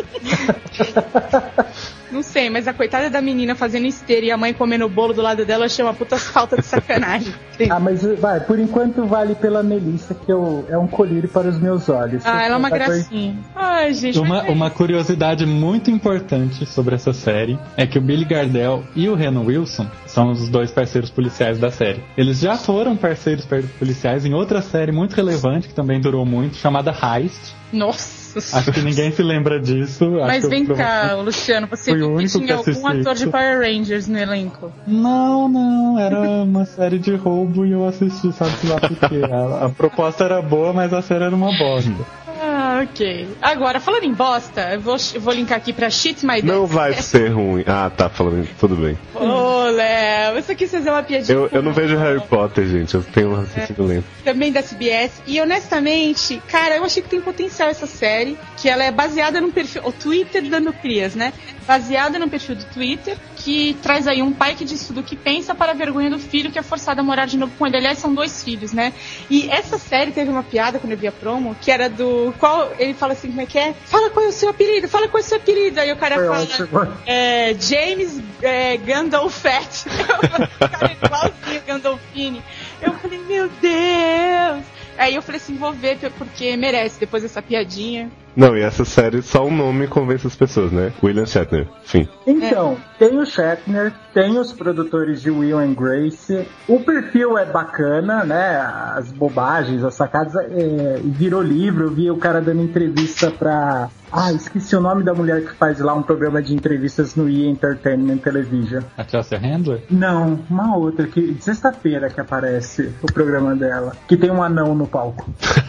Não sei, mas a coitada da menina fazendo esteira e a mãe comendo o bolo do lado dela, achei uma puta falta de sacanagem. Mas vai, por enquanto vale pela Melissa, que é um colírio para os meus olhos. Ela é uma gracinha. Ai, gente. Uma curiosidade muito importante sobre essa série é que o Billy Gardell e o Reno Wilson são os 2 parceiros policiais da série. Eles já foram parceiros policiais em outra série muito relevante, que também durou muito, chamada Heist. Nossa. Acho que ninguém se lembra disso. Mas vem cá, Luciano, você viu que tinha algum ator de Power Rangers no elenco? Não, era uma série de roubo e eu assisti, sabe lá por quê. A proposta era boa, mas a série era uma bosta. Ok. Agora, falando em bosta, eu vou linkar aqui pra Shit My Dad. Não vai ser ruim. Tá falando, tudo bem. Léo, isso aqui vocês é uma piadinha. Eu não vejo Harry Potter, gente, eu tenho um raciocínio lento. Também da CBS, e honestamente, cara, eu achei que tem potencial essa série, que ela é baseada no perfil, o Twitter dando crias, né? Baseada no perfil do Twitter, que traz aí um pai que diz tudo o que pensa para a vergonha do filho que é forçado a morar de novo com ele. Aliás, são 2 filhos, né? E essa série teve uma piada quando eu vi a promo, que era do... Qual ele fala assim, como é que é? Fala qual é o seu apelido, fala qual é o seu apelido. Aí o cara fala... James Gandolfett. O cara é igualzinho Gandolfini. Eu falei, meu Deus! Aí eu falei assim, vou ver porque merece, depois dessa piadinha. Não, e essa série, só o nome convence as pessoas, né? William Shatner, enfim. Então, tem o Shatner, tem os produtores de Will and Grace, o perfil é bacana, né? As bobagens, as sacadas, virou livro, eu vi o cara dando entrevista pra... esqueci o nome da mulher que faz lá um programa de entrevistas no E! Entertainment Television. A Chelsea Handler? Não, uma outra, que sexta-feira que aparece o programa dela, que tem um anão no palco.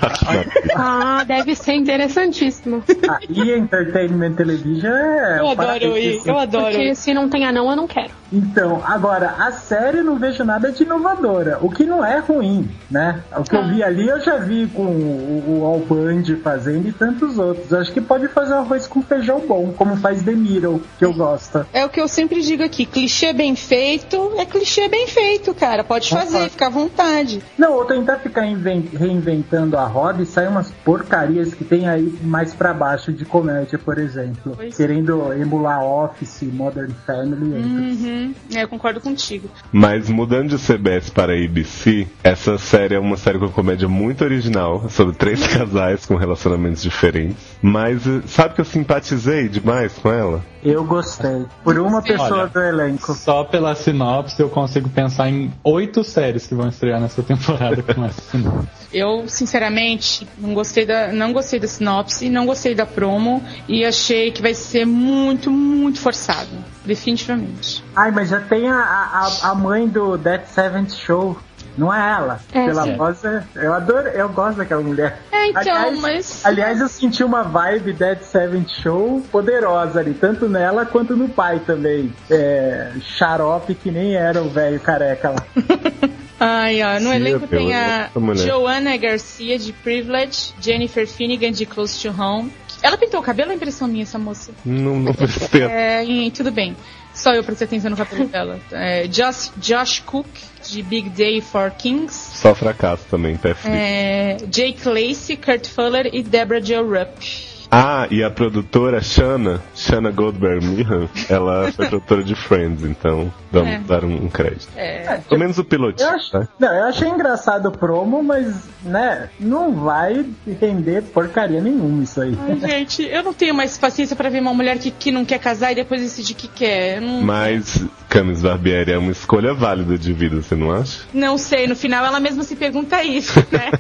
Deve ser interessantíssimo. A E! Entertainment Television Eu adoro. Porque se não tem anão, eu não quero. Então, agora, a série eu não vejo nada de inovadora, o que não é ruim, né? O que eu vi ali, eu já vi com o Al Bundy fazendo e tantos outros. Acho que pode fazer arroz com feijão bom, como faz The Middle, que eu gosto. É o que eu sempre digo aqui, clichê bem feito é clichê bem feito, cara. Pode fazer, fica à vontade. Não, ou tentar ficar reinventando a roda e sair umas porcarias que tem aí mais pra baixo de comédia, por exemplo. Querendo emular Office, Modern Family. Eu concordo contigo. Mas mudando de CBS para ABC, essa série é uma série com comédia muito original, sobre 3 casais com relacionamentos diferentes. Mas sabe que eu simpatizei demais com ela? Eu gostei. Por uma pessoa do elenco. Só pela sinopse eu consigo pensar em 8 séries que vão estrear nessa temporada com essa sinopse. Eu, sinceramente, não gostei da sinopse, não gostei da promo e achei que vai ser muito, muito forçado. Definitivamente. Mas já tem a mãe do That Seventh Show. Não é ela. Pela voz, eu adoro, eu gosto daquela mulher. Aliás, eu senti uma vibe Dead Seventh Show poderosa ali, tanto nela quanto no pai também. Xarope que nem era o velho careca lá. No elenco tem a Joanna Garcia de Privilege, Jennifer Finnegan de Close to Home. Ela pintou o cabelo, é impressão minha, essa moça? Não prestei. Tudo bem. Só eu prestei atenção no cabelo dela. Josh Cook, de Big Day for Kings. Só fracasso também, pé frio. Jake Lacey, Kurt Fuller e Deborah Jo Rupp. E a produtora Shanna Goldberg-Meehan, ela foi produtora de Friends, então vamos dar um crédito. Pelo menos o pilotinho, tá? Eu achei engraçado o promo, mas, né, não vai render porcaria nenhuma isso aí. Gente, eu não tenho mais paciência pra ver uma mulher que não quer casar e depois decide que quer. Mas Camis Barbieri é uma escolha válida de vida, você não acha? Não sei, no final ela mesma se pergunta isso, né?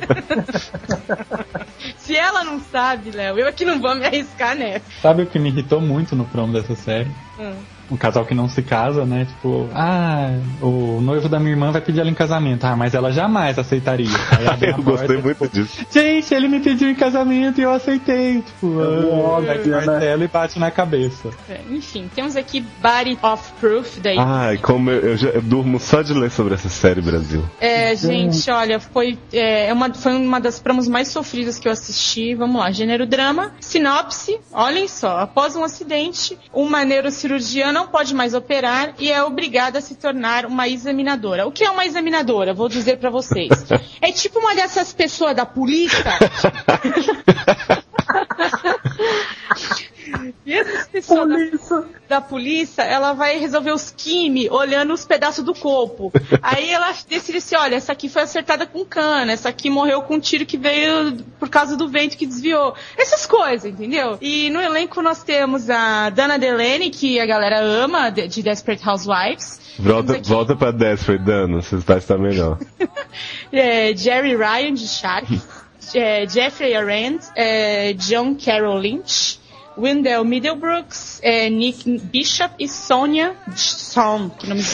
Se ela não sabe, Léo, eu aqui não vou me arriscar nessa. Sabe o que me irritou muito no promo dessa série? Um casal que não se casa, né? Tipo, o noivo da minha irmã vai pedir ela em casamento. Mas ela jamais aceitaria. Aí eu gostei muito disso. Gente, ele me pediu em casamento e eu aceitei. Tipo, ela e bate na cabeça. Enfim, temos aqui Body of Proof daí. Como eu durmo só de ler sobre essa série, Brasil. Gente, olha, foi uma das promos mais sofridas que eu assisti. Vamos lá, gênero drama. Sinopse, olhem só. Após um acidente, uma neurocirurgiana não pode mais operar e é obrigada a se tornar uma examinadora. O que é uma examinadora? Vou dizer pra vocês. É tipo uma dessas pessoas da polícia. E essas pessoas da polícia, ela vai resolver os crimes olhando os pedaços do corpo. Aí ela decide assim, olha, essa aqui foi acertada com cana, essa aqui morreu com um tiro que veio por causa do vento que desviou. Essas coisas, entendeu? E no elenco nós temos a Dana Delaney, que a galera ama, de Desperate Housewives. Volta pra Desperate, Dana, você vai estar melhor. Jerry Ryan, de Shark. Jeffrey Arend, John Carroll Lynch, Wendell Middlebrooks, Nick Bishop e Sonia Son, que nome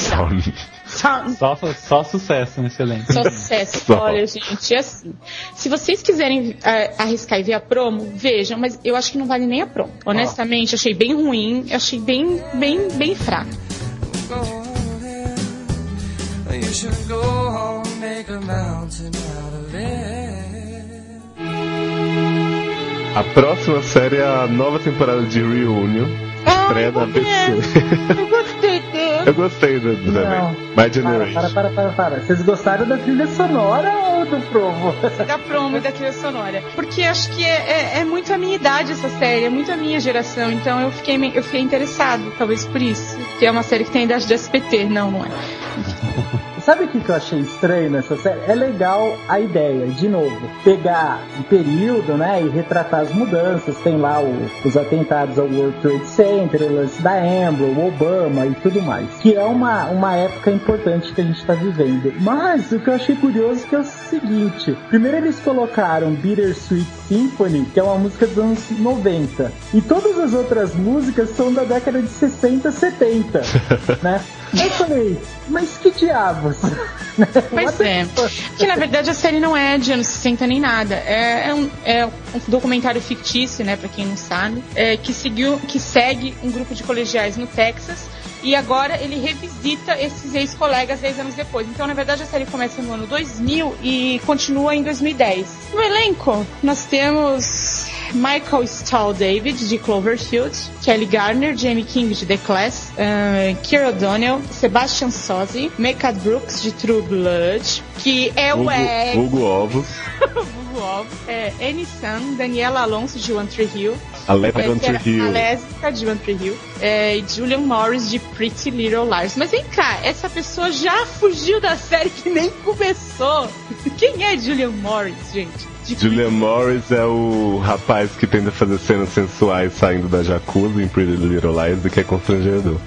Só sucesso nesse elenco. Só sucesso. Olha, gente, é assim. Se vocês quiserem arriscar e ver a promo, vejam, mas eu acho que não vale nem a promo. Honestamente, achei bem ruim, achei bem fraco. A próxima série é a nova temporada de Reunion. Estreia da ABC. Eu gostei dele. Eu gostei do também. My Generation. Para. Vocês gostaram da trilha sonora ou do promo? Da promo e da trilha sonora. Porque acho que é muito a minha idade essa série, é muito a minha geração. Então eu fiquei interessado, talvez por isso. Que é uma série que tem idade de SBT. Não é. Sabe o que eu achei estranho nessa série? É legal a ideia, de novo, pegar um período, né, e retratar as mudanças. Tem lá os atentados ao World Trade Center, o lance da Amber, o Obama e tudo mais. Que é uma época importante que a gente está vivendo. Mas o que eu achei curioso é que é o seguinte. Primeiro eles colocaram Bittersweet Symphony, que é uma música dos anos 90. E todas as outras músicas são da década de 60, 70, né? Eu falei, mas que diabos? Pois é. Que na verdade a série não é de anos 60 nem nada. É um documentário fictício, né, pra quem não sabe, que segue um grupo de colegiais no Texas. E agora ele revisita esses ex-colegas 10 anos depois. Então, na verdade, a série começa no ano 2000 e continua em 2010. No elenco, nós temos Michael Stahl David, de Cloverfield, Kelly Garner, Jamie King, de The Class, Keira O'Donnell, Sebastian Sozzi, Mecca Brooks, de True Blood, que é o Hugo Ovos. Hugo Ovos. Annie Sun, Daniela Alonso, de One Tree Hill. A lésbica de One Tree Hill. E Julian Morris, de Pretty Little Liars. Mas vem cá, essa pessoa já fugiu da série que nem começou. Quem é Julian Morris, gente? Julian Morris é o rapaz que tenta fazer cenas sensuais saindo da jacuzzi em Pretty Little Liars e que é constrangedor.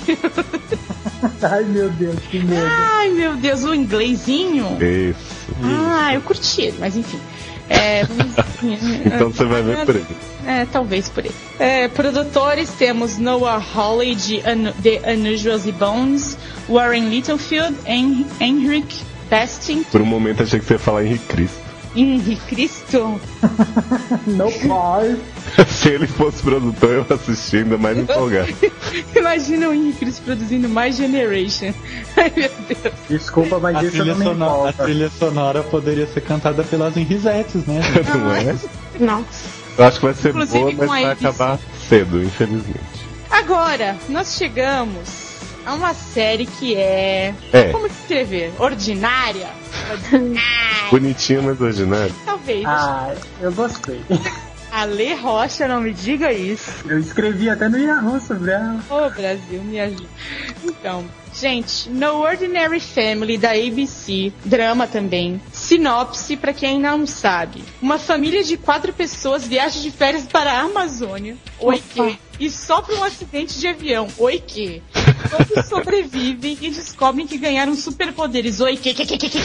Ai, meu Deus, que medo. Ai, meu Deus, o inglesinho? Isso. Eu curti ele, mas enfim. Então você vai ver por ele. Talvez por ele. Produtores temos Noah Hawley, de The Unusual Bones, Warren Littlefield, Henrik Besting. Por um momento achei que você ia falar Henrique Cristo. Henrique Cristo? No pai. Se ele fosse produtor, eu assisti ainda mais empolgado. Imagina o Henrique Cristo produzindo My Generation. Ai, meu Deus. Desculpa, mas isso não me importa. A trilha sonora poderia ser cantada pelas Henrisettes, né? Não é? Não. Eu acho que vai ser Inclusive, boa, mas vai acabar cedo, infelizmente. Agora, nós chegamos a uma série que como escrever? Ordinária? Bonitinha, mas ordinária. Talvez. Eu gostei. Ale Rocha, não me diga isso. Eu escrevi até no Yahoo sobre ela. Ô, Brasil, me ajuda. Então, gente, No Ordinary Family, da ABC, drama também. Sinopse, pra quem não sabe. Uma família de 4 pessoas viaja de férias para a Amazônia. Oi, que? E sofre um acidente de avião. Oi, que? Todos sobrevivem e descobrem que ganharam superpoderes. Oi, que?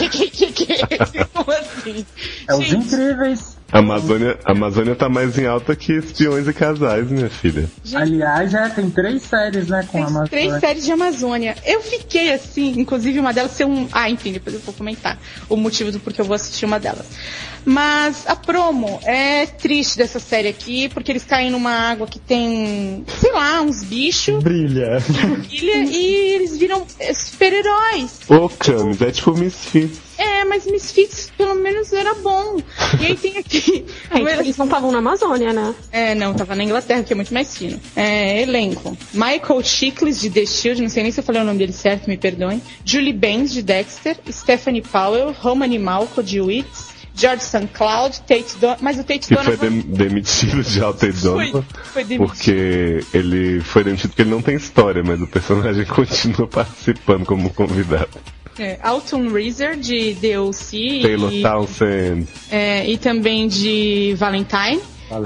Como assim? É os incríveis. A Amazônia tá mais em alta que Espiões e Casais, minha filha. Gente, aliás, tem 3 séries, né, com a Amazônia. 3 séries de Amazônia. Eu fiquei assim, inclusive uma delas ser enfim, depois eu vou comentar o motivo do porquê eu vou assistir uma delas. Mas a promo é triste dessa série aqui, porque eles caem numa água que tem, sei lá, uns bichos. Brilha e eles viram super-heróis. Ô, Camis, é tipo Misfits. Mas Misfits pelo menos era bom. E aí tem aqui... Eles não estavam na Amazônia, né? Não, tava na Inglaterra, que é muito mais fino. Elenco. Michael Chiklis, de The Shield, não sei nem se eu falei o nome dele certo, me perdoem. Julie Benz, de Dexter. Stephanie Powell, Romany Malco, de Wits. George St. Cloud, Tate Donovan, mas o Tate Donovan... Que foi demitido de Tate Donovan, foi demitido. Porque ele foi demitido porque ele não tem história, mas o personagem continua participando como convidado. Alton Reeser, de DLC. Taylor Townsend. E também de Valentine.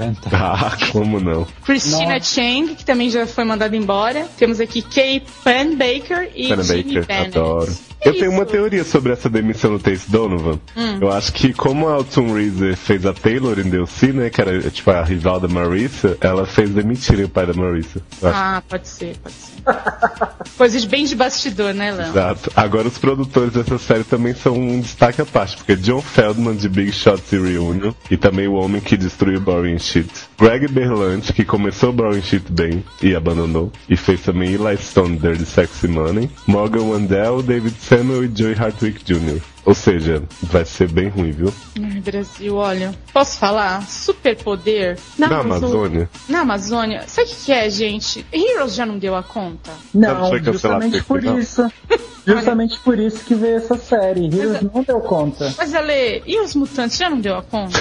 Como não? Christina Chang, que também já foi mandada embora. Temos aqui Kay Penbaker e Jimmy Bennett. Adoro. Eu tenho uma teoria sobre essa demissão do Tate Donovan. Eu acho que como a Alton Reeser fez a Taylor em DLC, né, que era tipo a rival da Marissa, ela fez demitir o pai da Marissa. Pode ser. Coisas bem de bastidor, né, Léo? Exato. Agora os produtores dessa série também são um destaque à parte, porque John Feldman, de Big Shots e Reunion, e também o homem que destruiu Boring Shit. Greg Berlanti, que começou Boring Shit bem e abandonou, e fez também Eli Stone, Dirty Sexy Money. Morgan Wendell, David Samuel e Joey Hardwick Jr. Ou seja, vai ser bem ruim, viu? Ai, Brasil, olha, posso falar? Superpoder na Amazônia. Na Amazônia. Sabe o que é, gente? Heroes já não deu a conta? Não, justamente por isso. Justamente por isso que veio essa série. Heroes não deu conta. Mas, Ale, e os mutantes já não deu a conta?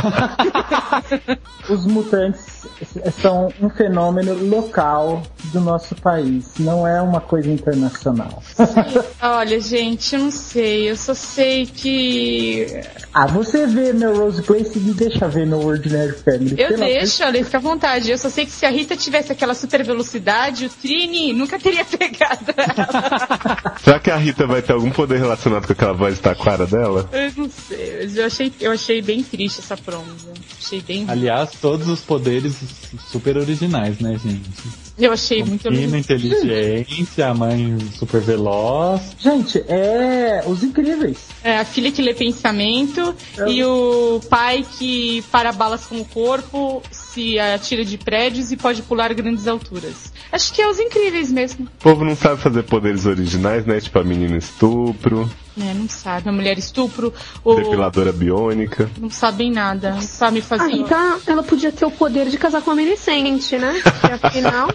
Os mutantes são um fenômeno local do nosso país. Não é uma coisa internacional. Olha, gente, eu não sei. Eu só sei que... você vê meu Rose Place e me deixa ver meu Ordinary Family. Eu deixo, Ale, fica à vontade. Eu só sei que se a Rita tivesse aquela super velocidade, o Trini nunca teria pegado ela. Será que a Rita vai ter algum poder relacionado com aquela voz taquara dela? Eu não sei, mas eu achei bem triste essa promo. Achei bem... Aliás, todos os poderes super originais, né, gente? Eu achei muito inteligente, a mãe super veloz. Gente, Os Incríveis. A filha que lê pensamento e o pai que para balas com o corpo, se atira de prédios e pode pular grandes alturas. Acho que é Os Incríveis mesmo. O povo não sabe fazer poderes originais, né? Tipo a menina estupro. Não sabe. A mulher estupro. Depiladora biônica. Não sabem nada. Não sabem fazer. A Rita, ela podia ter o poder de casar com uma adolescente, né? Porque afinal...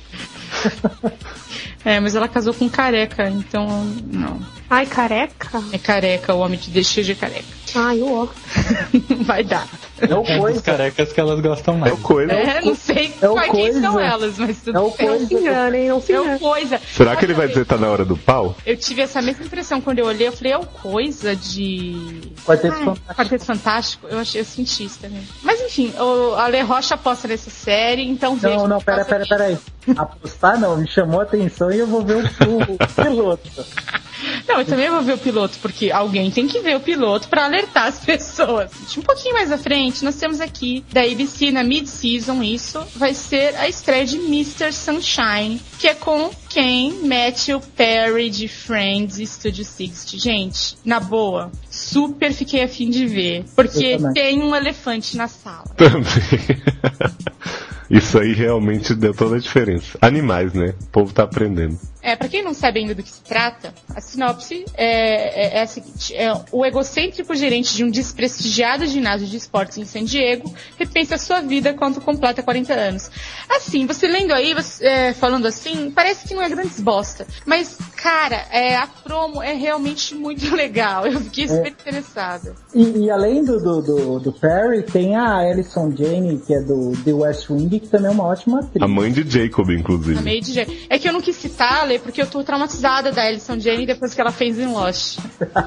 mas ela casou com um careca, então não. Ai, careca? É careca, o homem te deixa de careca. Ai, ó. Vai dar. É os carecas que elas gostam mais. Não sei quem são elas, mas tudo bem. Não se enganem, não se enganem. Coisa. Será que ele vai dizer tá na hora do pau? Eu tive essa mesma impressão quando eu olhei, eu falei, coisa de... Quarteto Fantástico. Eu senti isso também. Mas enfim, a Ale Rocha aposta nessa série, então veja. Não, pera aí. Apostar não, me chamou a atenção e eu vou ver o piloto. Não, eu também vou ver o piloto, porque alguém tem que ver o piloto pra alertar as pessoas. Um pouquinho mais à frente, nós temos aqui da ABC na mid-season, isso vai ser a estreia de Mr. Sunshine, que é com quem? Matthew Perry de Friends e Studio 60. Gente, na boa, super fiquei a fim de ver, porque tem um elefante na sala. Também. Isso aí realmente deu toda a diferença. Animais, né? O povo tá aprendendo. Pra quem não sabe ainda do que se trata, a sinopse é a seguinte. O egocêntrico gerente de um desprestigiado ginásio de esportes em San Diego repensa a sua vida quando completa 40 anos. Assim, você lendo aí, falando assim, parece que não é grandes bosta. Mas, cara, a promo é realmente muito legal. Eu fiquei super interessada. E além do Perry, tem a Allison Janney, que é do The West Wing, que também é uma ótima atriz. A mãe de Jacob, inclusive. A mãe de Jacob. É que eu não quis citar, Lê, porque eu tô traumatizada da Allison Janney depois que ela fez em Lost.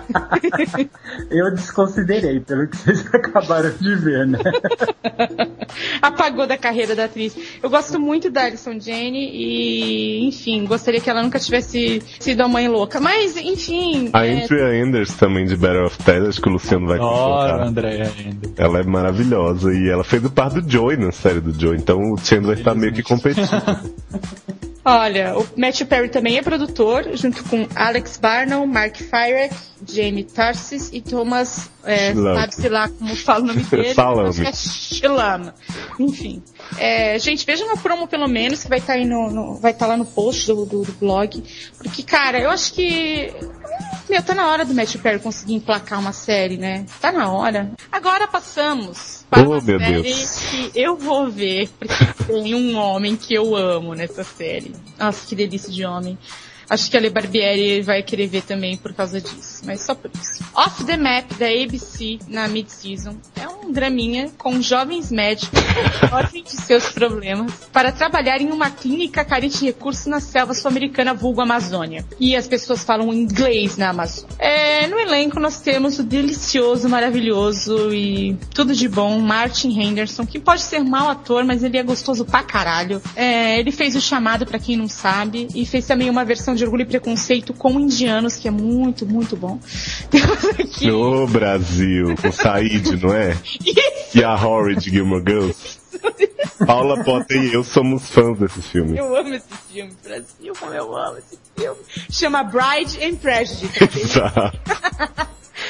Eu desconsiderei, pelo que vocês acabaram de ver, né? Apagou da carreira da atriz. Eu gosto muito da Allison Janney e, enfim, gostaria que ela nunca tivesse sido a mãe louca. Mas, enfim... A Andrea Anders também, de Battle of Texas, acho que o Luciano vai contar. Andrea Anders. Ela é maravilhosa e ela fez o par do Joey na série do Joey, então o Chandler tá meio que competindo. Olha, o Matthew Perry também é produtor, junto com Alex Barnell, Mark Fyrek, Jamie Tarsis e Thomas, sabe-se lá como fala o nome dele. Salame. É Shalama. Enfim. Gente, vejam a promo pelo menos, que vai estar aí vai estar lá no post do blog. Porque, cara, eu acho que... tá na hora do Matthew Perry conseguir emplacar uma série, né? Tá na hora. Agora passamos para uma série que eu vou ver, porque tem um homem que eu amo nessa série. Nossa, que delícia de homem. Acho que a Le Barbieri vai querer ver também por causa disso, mas só por isso. Off the Map, da ABC, na mid-season, é um draminha com jovens médicos que fogem de seus problemas para trabalhar em uma clínica carente de recursos na selva sul-americana vulgo Amazônia. E as pessoas falam inglês na Amazônia. No elenco nós temos o delicioso, maravilhoso e tudo de bom Martin Henderson, que pode ser mau ator, mas ele é gostoso pra caralho. Ele fez O Chamado, pra quem não sabe, e fez também uma versão de Orgulho e Preconceito com indianos, que é muito, muito bom. Temos aqui... Ô, Brasil, com Said, não é? Isso. E a Rory de Gilmore Girls. Paula Potter e eu somos fãs desse filme. Eu amo esse filme, Brasil, como eu amo esse filme. Chama Bride and Prejudice. Exato.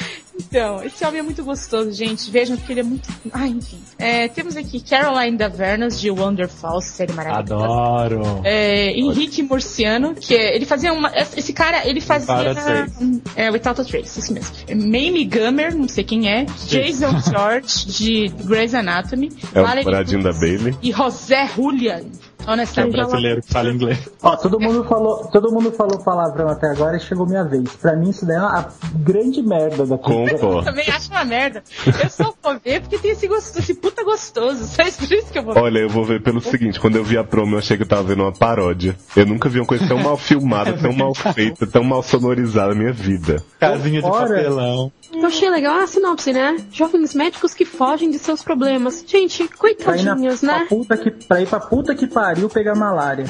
Então, esse homem é muito gostoso, gente. Vejam que ele é muito... enfim. Temos aqui Caroline Davernas, de Wonder Falls, série maravilhosa. Adoro! Henrique Murciano, que ele fazia uma... Esse cara, ele fazia... Without a Trace, isso mesmo. Mamie Gummer, não sei quem é. Jason George, de Grey's Anatomy. É o namoradinho da Bailey. E José Julian. Que é o brasileiro que fala inglês. Todo mundo falou palavrão até agora e chegou minha vez. Pra mim isso daí é uma grande merda da coisa. Eu também acho uma merda. Eu só vou ver porque tem esse puta gostoso. Só por isso que eu vou ver. Olha, eu vou ver pelo seguinte, quando eu vi a promo eu achei que eu tava vendo uma paródia. Eu nunca vi uma coisa tão mal filmada, tão mal feita, tão mal sonorizada na minha vida. Casinha de papelão. Eu achei legal a sinopse, né? Jovens médicos que fogem de seus problemas. Gente, coitadinhos, né? Pra ir pra puta que pariu pegar malária.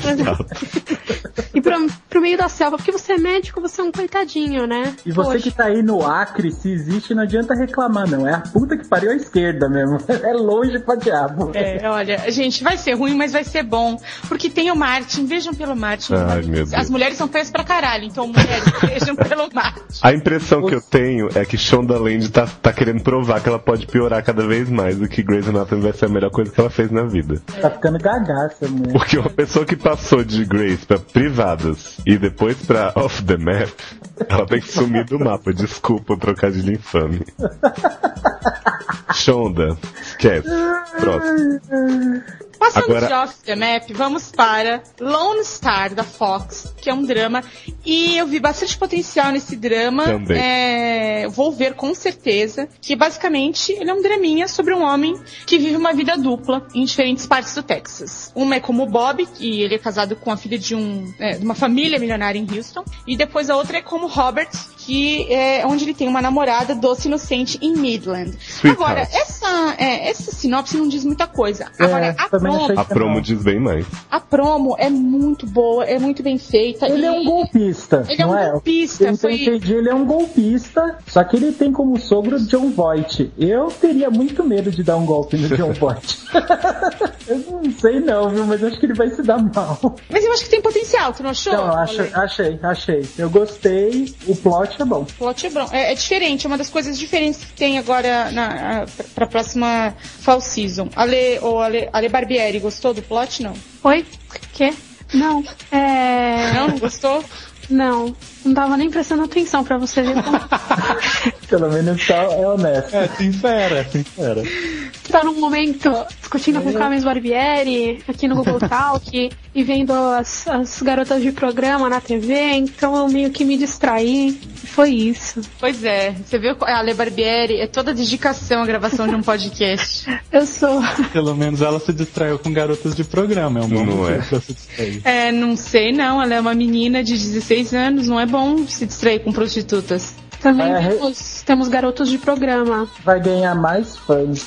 E pro meio da selva, porque você é médico, você é um coitadinho, né? E você que tá aí no Acre, se existe, não adianta reclamar, não. É a puta que pariu à esquerda mesmo. É longe pra diabo. Olha, gente, vai ser ruim, mas vai ser bom. Porque tem o Martin, vejam pelo Martin. Ai, meu Deus. As mulheres são feias pra caralho, então mulheres, vejam pelo Martin. A impressão que eu tenho é que Shonda Land tá querendo provar que ela pode piorar cada vez mais e que Grey's Anatomy vai ser a melhor coisa que ela fez na vida. Tá ficando gagaça mesmo. Porque uma pessoa que passou de Grey's pra Privadas e depois pra Off the Map, ela tem que sumir do mapa. Desculpa o trocadilho infame. Shonda, esquece. Próximo. Passando de Off the Map, vamos para Lone Star, da Fox, que é um drama. E eu vi bastante potencial nesse drama. Também. Vou ver com certeza. Que basicamente ele é um draminha sobre um homem que vive uma vida dupla em diferentes partes do Texas. Uma é como o Bob, que ele é casado com a filha de uma família milionária em Houston. E depois a outra é como Robert, que é onde ele tem uma namorada doce e inocente em Midland. Agora, essa sinopse não diz muita coisa. Agora, a promo diz bem mais. A promo é muito boa, é muito bem feita. Ele é um golpista. Ele é um golpista. Ele é um golpista, só que ele tem como sogro John Voight. Eu teria muito medo de dar um golpe no John Voight. Eu não sei não, viu, mas acho que ele vai se dar mal. Mas eu acho que tem potencial, tu não achou? Não, achei. Eu gostei, o plot é bom. O plot é bom. É diferente, é uma das coisas diferentes que tem agora pra próxima Fall Season. Ale Barbieri, gostou do plot, não? Oi? Quê? Não. Não gostou? Não tava nem prestando atenção pra você ver como... Pelo menos é honesto. Sincera. Tá num momento discutindo com o Carlos Barbieri aqui no Google Talk e vendo as garotas de programa na TV, então eu meio que me distraí. Foi isso. Pois é, você viu a Ale Barbieri, é toda dedicação a gravação de um podcast. Eu sou. Pelo menos ela se distraiu com garotas de programa, é um bom motivo pra se distrair. Não sei não, ela é uma menina de 16 anos, não é bom se distrair com prostitutas. Também temos garotos de programa. Vai ganhar mais fãs.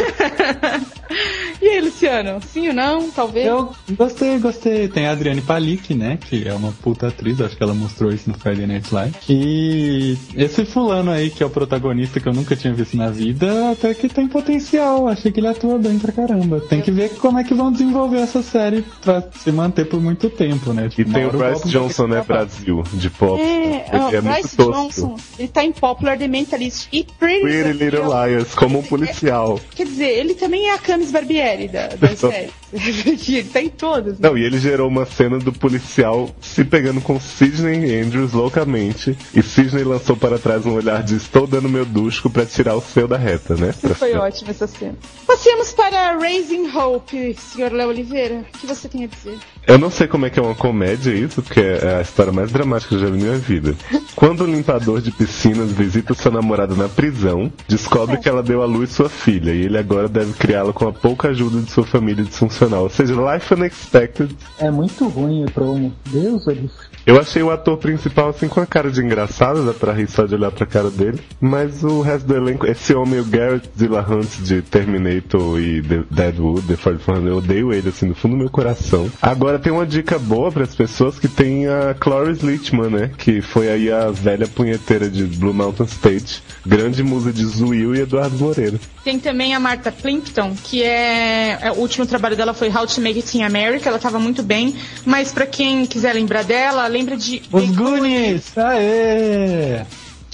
E aí, Luciano? Sim ou não? Talvez? Eu gostei. Tem a Adriane Palicki, né? Que é uma puta atriz, acho que ela mostrou isso no Friday Night Live. E esse fulano aí, que é o protagonista que eu nunca tinha visto na vida, até que tem potencial. Achei que ele atua bem pra caramba. Tem que ver como é que vão desenvolver essa série pra se manter por muito tempo, né? Tipo, e tem o Bryce Johnson, né, Brasil, de pop. O Bryce Johnson, ele tá em Popular, The Mentalist e Pretty Little Liars, como um policial. Quer dizer, ele também é a Camis Barbieri da série. Ele tá em todas. Não, e ele gerou uma cena do policial se pegando com Sidney Andrews loucamente. E Sidney lançou para trás um olhar de estou dando meu dusco pra tirar o seu da reta, né? Foi ótima essa cena. Passemos para Raising Hope, Sr. Léo Oliveira. O que você tem a dizer? Eu não sei como é que é uma comédia isso, porque é a história mais dramática que eu já vi na minha vida. Quando o limpador de piscinas visita sua namorada na prisão, descobre que ela deu à luz sua filha e ele agora deve criá-la com a pouca ajuda de sua família disfuncional. Ou seja, Life Unexpected. É muito ruim o promo. Deus, eu achei o ator principal assim com a cara de engraçado, dá pra rir só de olhar pra cara dele. Mas o resto do elenco, esse homem, o Garrett Dillahunt de Terminator e Deadwood, The Ford Fund, eu odeio ele assim no fundo do meu coração. Agora tem uma dica boa pras pessoas que tem a Cloris Leachman, né? Que foi aí a velha punheteira de Blue Mountain State, grande musa de Zuil e Eduardo Moreira. Tem também a Martha Plimpton, que o último trabalho dela foi How to Make It in America, ela tava muito bem, mas pra quem quiser lembrar dela, lembra de Os Goonies! Aê!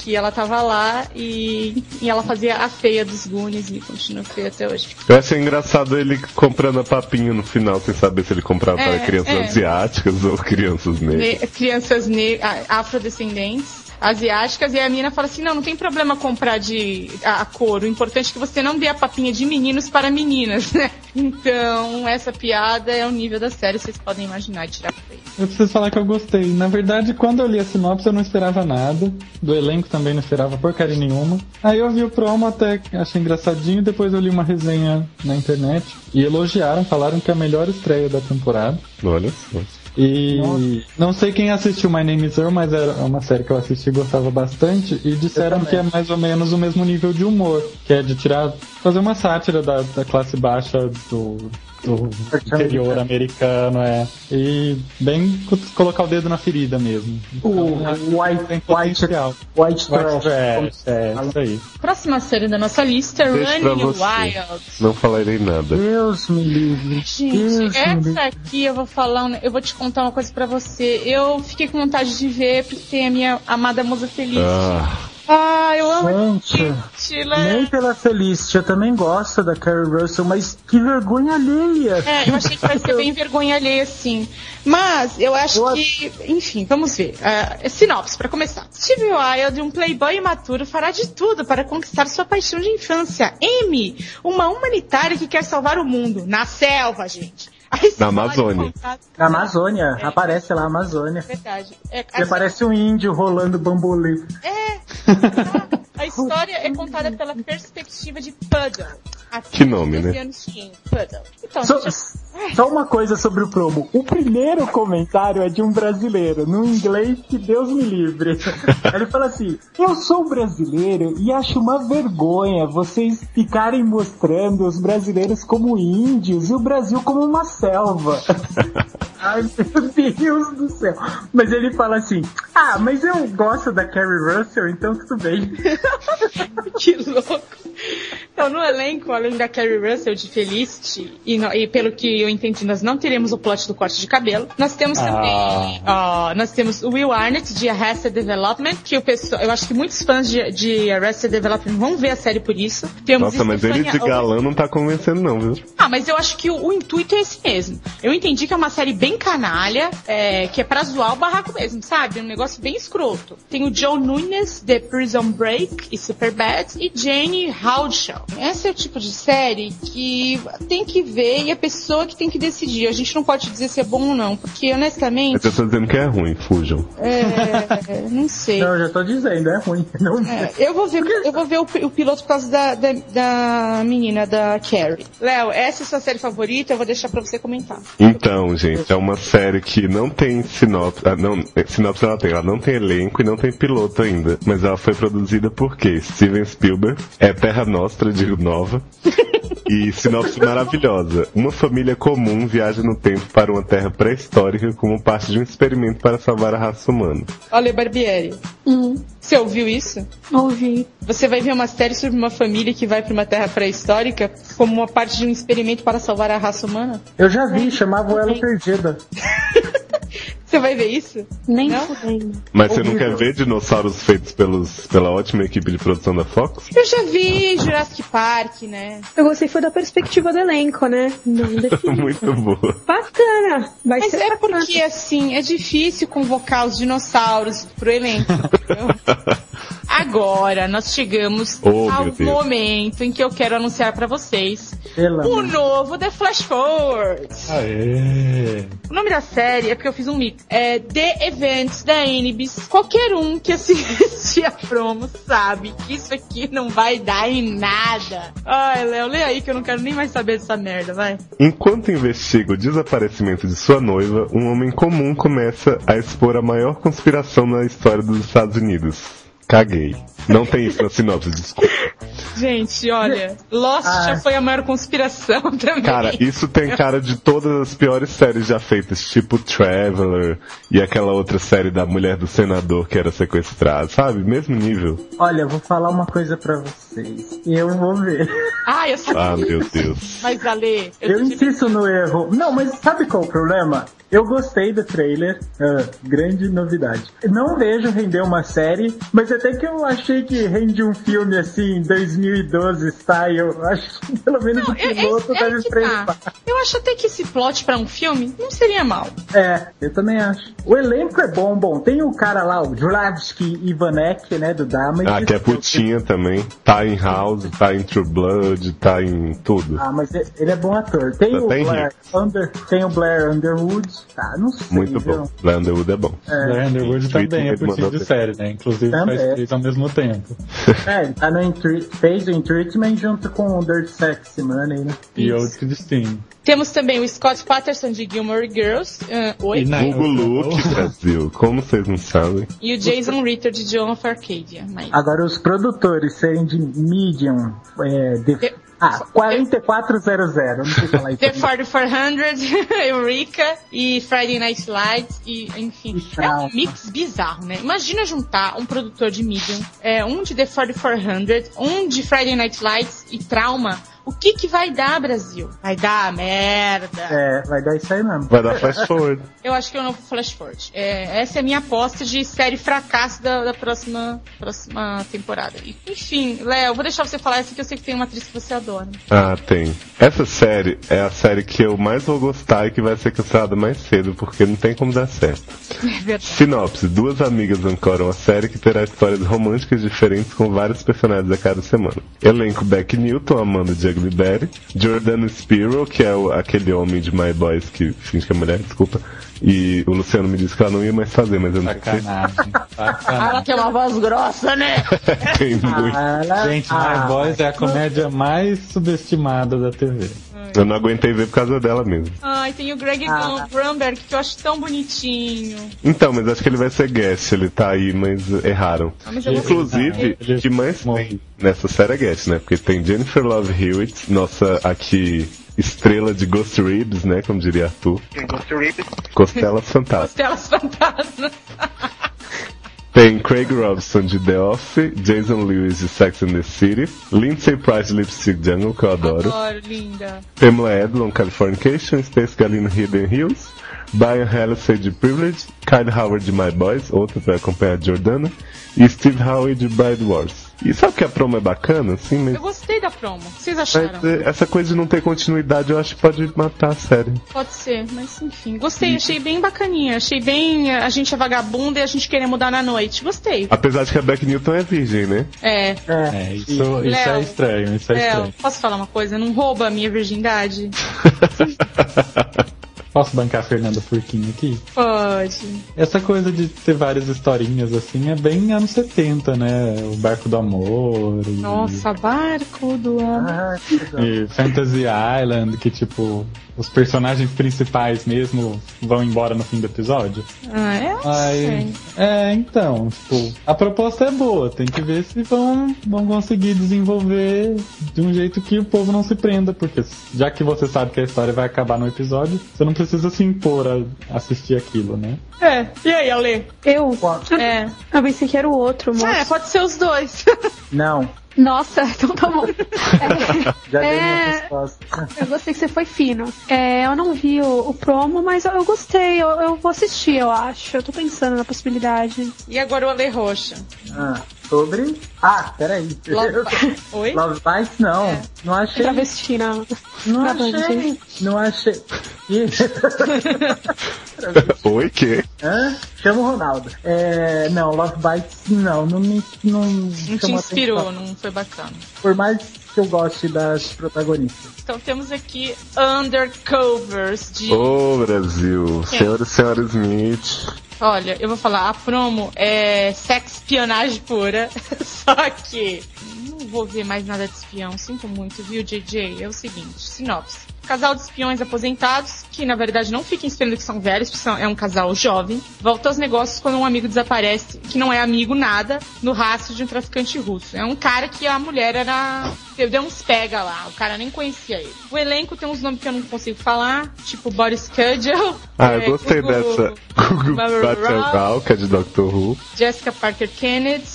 que ela tava lá e ela fazia a feia dos Goonies e continua feia até hoje. Eu achei engraçado ele comprando a papinha no final, sem saber se ele comprava para crianças asiáticas ou crianças negras. Crianças afrodescendentes. Asiáticas, e a menina fala assim, não tem problema comprar a cor, o importante é que você não dê a papinha de meninos para meninas, né? Então, essa piada é o nível da série, vocês podem imaginar e tirar pra isso. Eu preciso falar que eu gostei. Na verdade, quando eu li a sinopse, eu não esperava nada. Do elenco também não esperava porcaria nenhuma. Aí eu vi o promo, até achei engraçadinho, depois eu li uma resenha na internet e elogiaram, falaram que é a melhor estreia da temporada. Olha só. E não sei quem assistiu My Name is Earl, mas era uma série que eu assisti e gostava bastante, e disseram que é mais ou menos o mesmo nível de humor, que é de fazer uma sátira da classe baixa do interior americano, e bem colocar o dedo na ferida mesmo. White Trash. Isso aí. Próxima série da nossa lista, Running Wild. Não falarei nada. Deus me livre. Gente, essa aqui eu vou te contar uma coisa pra você. Eu fiquei com vontade de ver porque tem a minha amada Musa Feliz. Eu amo gente, nem pela Felicity, eu também gosto da Carrie Russell, mas que vergonha alheia. Eu achei que vai ser bem vergonha alheia, sim. Mas eu acho que, enfim, vamos ver. Sinopse, pra começar. Steve Wilde, um playboy imaturo, fará de tudo para conquistar sua paixão de infância, Amy, uma humanitária que quer salvar o mundo. Na selva, gente. Na Amazônia. Na Amazônia, aparece lá a Amazônia. Verdade. Ele parece um índio rolando bambolê. A história é contada pela perspectiva de Puddle. Que nome, né? Puddle. Então, só uma coisa sobre o promo. O primeiro comentário é de um brasileiro, no inglês, que Deus me livre. Ele fala assim, eu sou brasileiro e acho uma vergonha vocês ficarem mostrando os brasileiros como índios e o Brasil como uma selva. Ai, meu Deus do céu. Mas ele fala assim, mas eu gosto da Carrie Russell, então tudo bem. Que louco. Então, no elenco, além da Carrie Russell de Felicity, e pelo que eu entendi, nós não teremos o plot do corte de cabelo. Nós temos também, nós temos o Will Arnett de Arrested Development, que eu acho que muitos fãs de Arrested Development vão ver a série por isso. Temos Nossa, mas ele de galã não tá convencendo não, viu? Mas eu acho que o intuito é esse mesmo. Eu entendi que é uma série bem canalha, que é pra zoar o barraco mesmo, sabe? Um negócio bem escroto. Tem o Joe Nunes de Prison Break e Superbad e Jane Hounshaw. Esse é o tipo de série que tem que ver e a pessoa que tem que decidir. A gente não pode dizer se é bom ou não, porque honestamente... Eu tô dizendo que é ruim, fujam. Não sei. Não, eu já tô dizendo, é ruim. Não eu vou ver o piloto por causa da menina, da Carrie. Léo, essa é a sua série favorita? Eu vou deixar pra você comentar. Então, gente, é uma série que não tem sinopse. Sinopse ela não tem elenco e não tem piloto ainda. Mas ela foi produzida por quê? Steven Spielberg, Terra Nostra de Nova. E sinopse maravilhosa. Uma família comum viaja no tempo para uma terra pré-histórica como parte de um experimento para salvar a raça humana. Olha, Barbieri. Você ouviu isso? Ouvi. Você vai ver uma série sobre uma família que vai para uma terra pré-histórica como uma parte de um experimento para salvar a raça humana? Eu já vi, chamava o Ela Perdida. Você vai ver isso? Nem fudendo. Mas você não quer ver dinossauros feitos pela ótima equipe de produção da Fox? Eu já vi Jurassic Park, né? Eu gostei foi da perspectiva do elenco, né? Muito boa. Bacana. Mas é porque, assim, é difícil convocar os dinossauros pro elenco, entendeu? Agora, nós chegamos ao momento em que eu quero anunciar pra vocês o novo The Flash Force. Aê! O nome da série é porque eu fiz um mix. É The Events da Anibis. Qualquer um que assiste a promo sabe que isso aqui não vai dar em nada. Ai, Léo, lê aí que eu não quero nem mais saber dessa merda, vai. Enquanto investiga o desaparecimento de sua noiva, um homem comum começa a expor a maior conspiração na história dos Estados Unidos. Caguei. Não tem isso na sinopse, desculpa. Gente, olha, Lost já foi a maior conspiração também. Cara, isso tem cara de todas as piores séries já feitas, tipo Traveler e aquela outra série da mulher do senador que era sequestrada, sabe? Mesmo nível. Olha, eu vou falar uma coisa pra vocês. Eu vou ver. Eu sabia. Meu Deus. Mas, Ale... Eu insisto no erro. Não, mas sabe qual é o problema? Eu gostei do trailer, grande novidade. Não vejo render uma série, mas até que eu achei que rende um filme assim, 2012 style. Eu acho que pelo menos o piloto deve preocupar. Eu acho até que esse plot pra um filme não seria mal. Eu também acho. O elenco é bom. Tem o cara lá, o Jurajski Ivanek, né, do Damage. Que é putinha também. Tá em House, tá em True Blood, tá em tudo. Mas ele é bom ator. Tem o Blair Underwood. Não sei. Muito bom. Blair Underwood é bom. Blair Underwood também é putinho de série, né? Inclusive faz 3 ao mesmo tempo. Ele tá fez o In Treatment junto com o Dirty Sexy Money, né? E outro Christine. Temos também o Scott Patterson de Gilmore Girls. Google Look, Brasil. Como vocês não sabem? E o Jason Ritter de John of Arcadia. Agora, os produtores serem de Medium, 4400, não sei falar isso. The 4400, Eureka e Friday Night Lights, e enfim. É um mix bizarro, né? Imagina juntar um produtor de Medium, um de The 4400, um de Friday Night Lights e Trauma. O que vai dar, Brasil? Vai dar merda. Vai dar isso aí mesmo. Vai dar Flash Forward. Eu acho que eu não vou Flash Forward. Essa é a minha aposta de série fracasso da próxima temporada. Enfim, Léo, vou deixar você falar essa que eu sei que tem uma atriz que você adora. Tem. Essa série é a série que eu mais vou gostar e que vai ser cancelada mais cedo, porque não tem como dar certo. É verdade. Sinopse. 2 amigas ancoram a série que terá histórias românticas diferentes com vários personagens a cada semana. Elenco: Beck Newton, Amanda de Berry, Jordan Spiro, que é aquele homem de My Boys que finge que é mulher, desculpa. E o Luciano me disse que ela não ia mais fazer, mas eu não sei. Ela tem uma voz grossa, né? Tem muito. Gente, My Boys é a comédia mais subestimada da TV. Eu não aguentei ver por causa dela mesmo. Tem o Greg Grunberg, que eu acho tão bonitinho. Então, mas acho que ele vai ser guest, ele tá aí, mas erraram. Inclusive, o que mais tem nessa série é guest, né? Porque tem Jennifer Love Hewitt, nossa aqui estrela de Ghost Ribs, né? Como diria Arthur. Ghost Ribs. Costelas Fantasmas. Costelas Fantasmas. Tem Craig Robinson de The Office, Jason Lewis de Sex and the City, Lindsay Price de Lipstick Jungle, que eu adoro. Adoro, linda. Pamela Adlon, Californication, Space Galino, Hidden Hills, Brian Halsey de Privilege, Kyle Howard de My Boys, outra pra acompanhar a Jordana, e Steve Howe de Bride Wars. E sabe que a promo é bacana, assim? Mas... Eu gostei da promo. O que vocês acharam? Essa coisa de não ter continuidade, eu acho que pode matar a série. Pode ser, mas enfim. Gostei, achei bem bacaninha. Achei bem a gente é vagabunda e a gente querer mudar na noite. Gostei. Apesar de que a Beck Newton é virgem, né? Isso é estranho, posso falar uma coisa? Não rouba a minha virgindade? Posso bancar a Fernanda Furquinho aqui? Pode. Essa coisa de ter várias historinhas assim é bem anos 70, né? O Barco do Amor. Nossa, Barco do Amor. E Fantasy Island, que tipo, os personagens principais mesmo vão embora no fim do episódio. Então, tipo, a proposta é boa, tem que ver se vão conseguir desenvolver de um jeito que o povo não se prenda, porque já que você sabe que a história vai acabar no episódio, você não precisa se impor a assistir aquilo, né? E aí, Ale? Eu pensei que era o outro, moço. Pode ser os dois. Não. Nossa, então tá bom. Já dei minha resposta. Eu gostei que você foi fino. Eu não vi o promo, mas eu gostei. Eu vou assistir, eu acho. Eu tô pensando na possibilidade. E agora o Ale Rocha. Sobre... peraí. Oi? Love Bites, não. Não achei. Travesti, não. Não achei. Oi, que? Chama o Ronaldo. Não, Love Bites, não me não te inspirou, atenção. Não foi bacana. Por mais que eu goste das protagonistas. Então temos aqui Undercovers de... Brasil. Senhor e Senhora Smith. Olha, eu vou falar, a promo é sexpionagem pura, só que não vou ver mais nada de espião, sinto muito, viu, JJ? É o seguinte, sinopse. Casal de espiões aposentados, que na verdade não fiquem esperando que são velhos, porque é um casal jovem, volta aos negócios quando um amigo desaparece, que não é amigo nada, no rastro de um traficante russo. É um cara que a mulher era deu uns pega lá, o cara nem conhecia ele. O elenco tem uns nomes que eu não consigo falar, tipo Boris Cudgel. Eu gostei dessa. Gugu Battle, que é de Doctor Who. Jessica Parker Kennedy,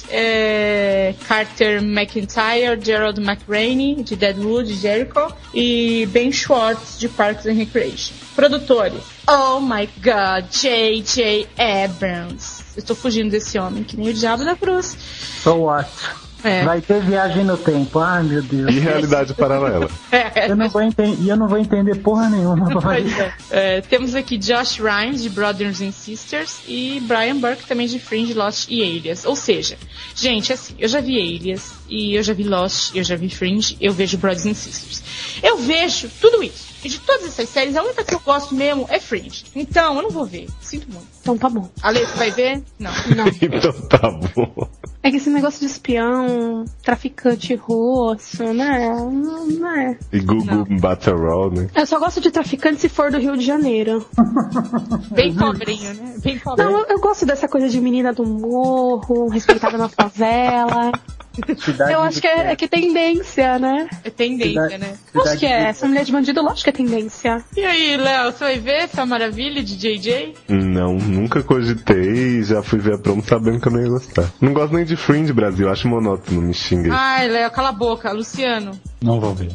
Carter McIntyre, Gerald McRaney, de Deadwood, Jericho, e Ben Schwartz, de Parks and Recreation. Produtores: oh my god, J.J. Abrams. Eu tô fugindo desse homem, que nem o diabo da cruz. So what? Vai ter viagem no tempo, ai meu Deus. E realidade paralela. Eu não vou entender porra nenhuma. Temos aqui Josh Rhimes, de Brothers and Sisters, e Brian Burke, também de Fringe, Lost e Alias. Ou seja, gente, assim, eu já vi Alias, e eu já vi Lost, eu já vi Fringe, eu vejo Brothers and Sisters. Eu vejo tudo isso. E de todas essas séries, a única que eu gosto mesmo é Fringe. Então, eu não vou ver. Sinto muito. Então tá bom. Ale, você vai ver? Não. Então tá bom. É que esse negócio de espião, traficante russo, né? Não é. E Gugu Battle Royale, né? Eu só gosto de traficante se for do Rio de Janeiro. Bem pobrinho, né? Bem pobrinho. Não, eu gosto dessa coisa de menina do morro, respeitada na favela. Eu acho que é tendência, né? É tendência, né? Acho que é. Essa mulher de bandido, lógico que é tendência. E aí, Léo, você vai ver essa maravilha de JJ? Não, nunca cogitei e já fui ver a promo sabendo que eu não ia gostar. Não gosto nem de Fringe, Brasil, acho monótono, me xinga. Ai, Léo, cala a boca. Luciano. Não vou ver.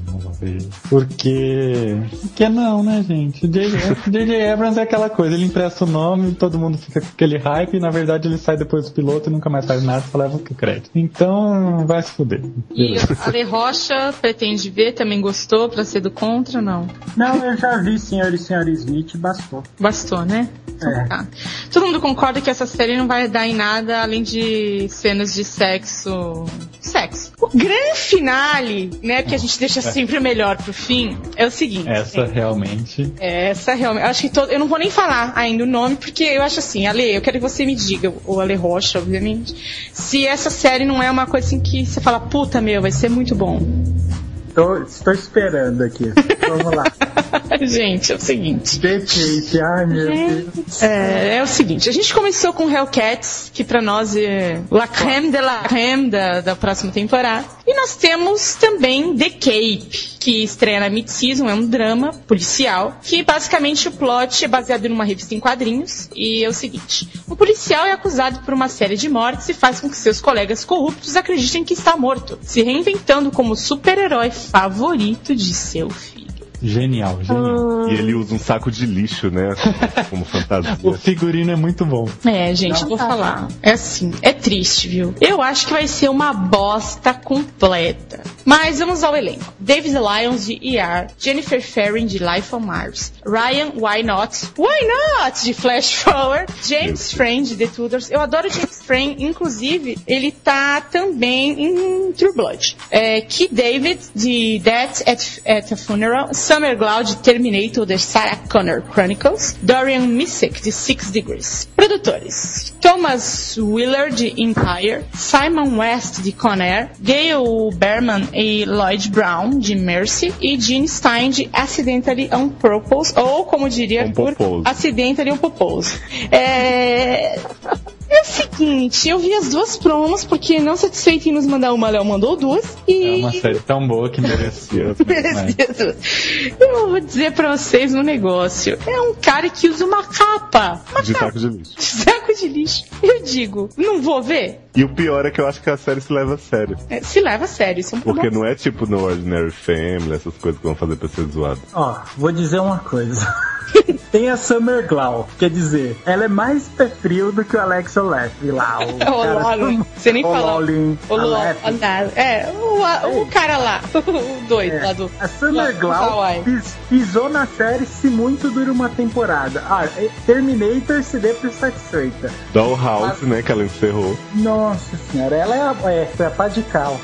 Porque não, né, gente? J.J. Abrams é aquela coisa, ele empresta o nome, todo mundo fica com aquele hype, e na verdade ele sai depois do piloto e nunca mais faz nada, só leva o crédito. Então, vai se fuder. E a Ale Rocha pretende ver, também gostou, pra ser do contra, não? Não, eu já vi Senhor e Senhora Smith, bastou. Bastou, né? Tá. Todo mundo concorda que essa série não vai dar em nada, além de cenas de sexo. O grande finale, né, que a gente deixa sempre melhor pro fim, é o seguinte. Essa realmente. Eu acho que eu não vou nem falar ainda o nome, porque eu acho assim, Ale, eu quero que você me diga, o Ale Rocha, obviamente, se essa série não é uma coisa assim que você fala, puta, vai ser muito bom. Estou esperando aqui. Vamos lá. Gente, é o seguinte. Ai, meu Deus. É o seguinte, a gente começou com Hellcats, que pra nós é la crème de la crème da próxima temporada. E nós temos também The Cape, que estreia na Mid-Season, é um drama policial, que basicamente o plot é baseado numa revista em quadrinhos. E é o seguinte, o policial é acusado por uma série de mortes e faz com que seus colegas corruptos acreditem que está morto, se reinventando como super-herói favorito de seu filho. Genial. E ele usa um saco de lixo, né? Como fantasia. O figurino é muito bom. Gente, vou falar. É assim, é triste, viu? Eu acho que vai ser uma bosta completa. Mas vamos ao elenco. David Lyons, de ER. Jennifer Ferrin, de Life on Mars. Ryan Why Not, de Flash Forward. James Frame, de The Tudors. Eu adoro James Frame, inclusive, ele tá também em True Blood. Keith David, de Death at a Funeral. Summer Glau, de Terminator, The Sarah Connor Chronicles. Dorian Missick, de 6 Degrees. Produtores: Thomas Wheeler, de Empire. Simon West, de Con Air. Gail Berman e Lloyd Brown, de Mercy. E Gene Stein, de Accidentally on Purpose, ou como diria, por Accidentally on Purpose. É o seguinte, eu vi as duas promos, porque não satisfeito em nos mandar uma, Léo mandou duas. E... É uma série tão boa que merecia. Eu vou dizer pra vocês um negócio. É um cara que usa uma capa. Saco de lixo. De saco de lixo. Eu digo, não vou ver? E o pior é que eu acho que a série se leva a sério. Se leva a sério, isso é um problema. Porque não é tipo no Ordinary Family, essas coisas que vão fazer pra ser zoado. Vou dizer uma coisa. Tem a Summer Glau, quer dizer, ela é mais pé frio do que o Alex O'Leary lá. Você nem falou. O cara lá, o doido lá do... A Summer Glau pisou na série se muito dura uma temporada. Terminator se dê por satisfeita. Dollhouse, né, que ela encerrou. Nossa senhora, ela foi a pá de cal.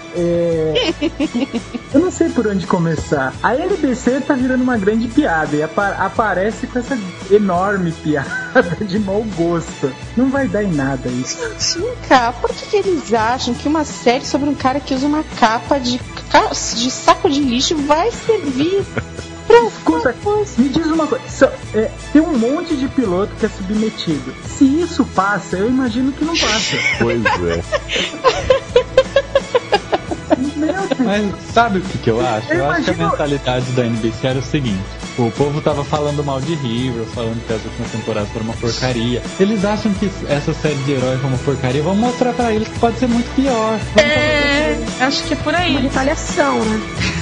Eu não sei por onde começar. A LBC tá virando uma grande piada e aparece com essa enorme piada de mau gosto. Não vai dar em nada isso. Sim, cara, por que eles acham que uma série sobre um cara que usa uma capa de saco de lixo vai servir? Escuta, me diz uma coisa. Tem um monte de piloto que é submetido. Se isso passa, eu imagino que não passa. Pois é. Meu Mas sabe o que eu acho? Eu acho que a mentalidade da NBC era o seguinte: o povo tava falando mal de Hero, falando que as últimas temporadas foram uma porcaria. Eles acham que essa série de heróis foi uma porcaria. Vamos mostrar pra eles que pode ser muito pior. Acho que é por aí. Uma retaliação, né?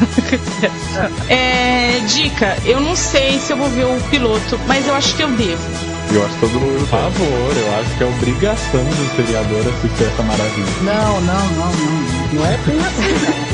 Dica, eu não sei se eu vou ver o piloto, mas eu acho que eu devo. Eu acho que todo mundo. Por favor, eu acho que é obrigação do seriador assistir essa maravilha. Não é bem assim, não.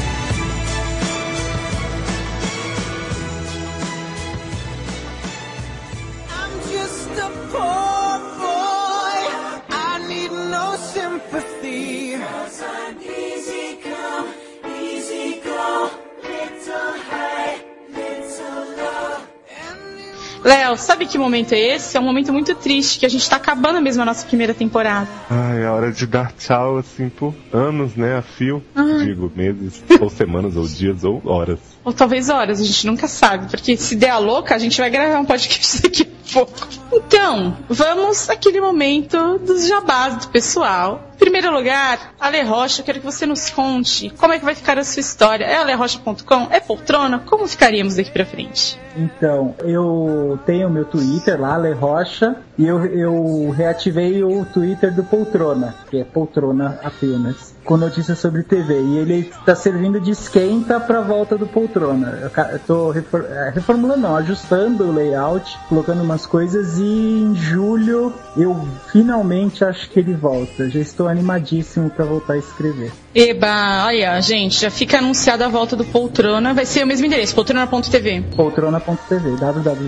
Léo, sabe que momento é esse? É um momento muito triste, que a gente tá acabando mesmo a nossa primeira temporada. Ai, é hora de dar tchau, assim, por anos, né, a fio. Digo, meses, ou semanas, ou dias, ou horas. Ou talvez horas, a gente nunca sabe. Porque se der a louca, a gente vai gravar um podcast daqui a pouco. Então, vamos àquele momento dos jabás do pessoal. Em primeiro lugar, Ale Rocha, eu quero que você nos conte como é que vai ficar a sua história. É alerocha.com? É poltrona? Como ficaríamos daqui pra frente? Então, eu tenho meu Twitter lá, Ale Rocha, e eu reativei o Twitter do Poltrona, que é Poltrona apenas, com notícias sobre TV, e ele está servindo de esquenta para a volta do Poltrona. Eu tô reformulando, não, ajustando o layout, colocando umas coisas, e em julho eu finalmente acho que ele volta. Já estou animadíssimo para voltar a escrever. Eba, olha, gente, já fica anunciada a volta do Poltrona. Vai ser o mesmo endereço, poltrona.tv. Poltrona.tv,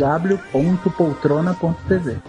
www.poltrona.tv.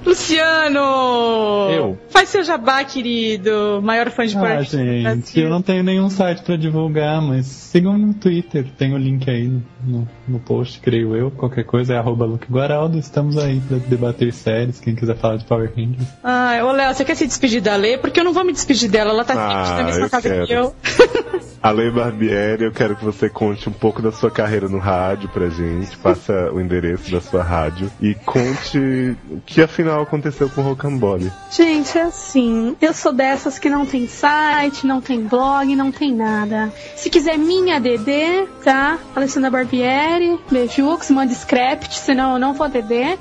Luciano! Faz seu jabá, querido. Maior fã de parte. Gente, eu não tenho nenhum site pra divulgar, mas sigam no Twitter. Tem o link aí no post, creio eu. Qualquer coisa é @LukeGuaraldo. Estamos aí pra debater séries. Quem quiser falar de Power Rangers. Ô Léo, você quer se despedir da Lê? Porque eu não vou me despedir dela. Ela tá na mesma casa que eu. Ale Barbieri, eu quero que você conte um pouco da sua carreira no rádio pra gente, passa o endereço da sua rádio e conte o que afinal aconteceu com o Rocambole. Gente, é assim, eu sou dessas que não tem site, não tem blog, não tem nada. Se quiser minha DD, tá? Alessandra Barbieri, Beijux, manda script, senão eu não vou DD.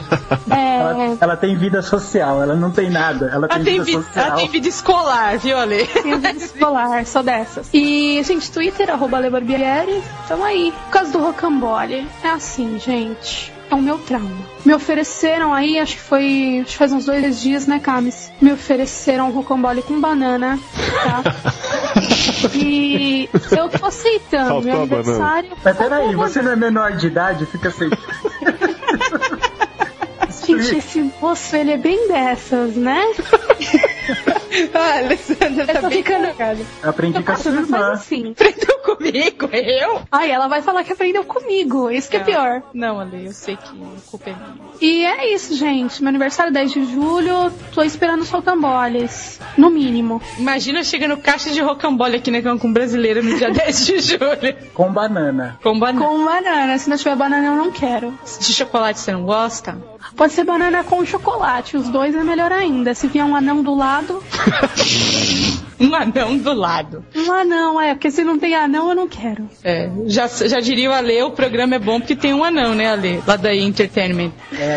Ela tem vida social, ela não tem nada. Ela tem vida social. Ela tem vida escolar, viu, Ale? Tem vida escolar, sou dessas. E, gente, Twitter, @LeBarbieri, tamo aí. Por causa do Rocambole, é assim, gente. É o meu trauma. Me ofereceram aí, acho que faz uns 2 dias, né, Camis? Me ofereceram um rocambole com banana, tá? E eu tô aceitando. Faltou meu aniversário. Mas peraí, você não é menor de idade? Fica aceitando. Gente, esse moço, ele é bem dessas, né? Alessandra tá bem ficando. Aprendi com a sua irmã. Assim. Aprendeu comigo, eu? Ela vai falar que aprendeu comigo. Isso que é pior. Não, Ale, eu sei que a culpa é minha. E é isso, gente. Meu aniversário é 10 de julho. Tô esperando os rocamboles. No mínimo. Imagina chegando caixa de rocambole aqui na Cancún Brasileira no dia 10 de julho. Com banana. Com banana. Se não tiver banana, eu não quero. De chocolate você não gosta? Pode ser banana com chocolate. Os dois é melhor ainda. Se vier um anão do lado... Um anão do lado. Um anão, porque se não tem anão, eu não quero. Já diria o Ale, o programa é bom porque tem um anão, né, Ale? Lá da Entertainment.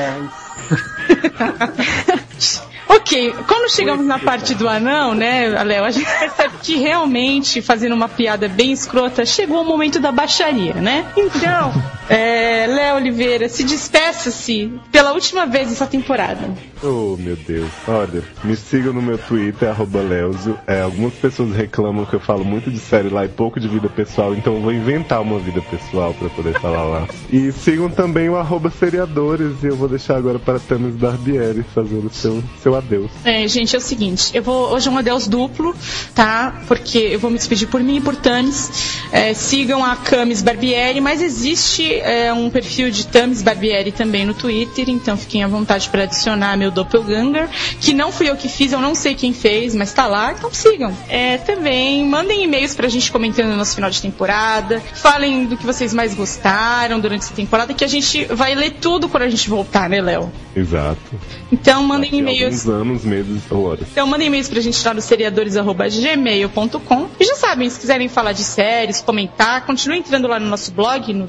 Ok, quando chegamos na parte do anão, né, Léo, a gente percebe que realmente, fazendo uma piada bem escrota, chegou o momento da baixaria, né? Então, Léo Oliveira, se despeça-se pela última vez essa temporada. Oh, meu Deus. Olha, me sigam no meu Twitter, @Leozio. Algumas pessoas reclamam que eu falo muito de série lá e pouco de vida pessoal, então eu vou inventar uma vida pessoal pra poder falar lá. E sigam também o @Seriadores, e eu vou deixar agora para Tamis Barbieri fazer o seu adeus. Gente, é o seguinte, hoje é um adeus duplo, tá? Porque eu vou me despedir por mim e por Tamis. Sigam a Camis Barbieri, mas existe um perfil de Tamis Barbieri também no Twitter, então fiquem à vontade para adicionar meu doppelganger, que não fui eu que fiz, eu não sei quem fez, mas tá lá, então sigam. Também mandem e-mails pra gente comentando no nosso final de temporada, falem do que vocês mais gostaram durante essa temporada, que a gente vai ler tudo quando a gente voltar, né, Léo? Exato. Então mandem e-mails. dias, anos, meses ou horas. Então mandem e-mails pra gente lá no seriadores@gmail.com. E já sabem, se quiserem falar de séries, comentar, continue entrando lá no nosso blog, no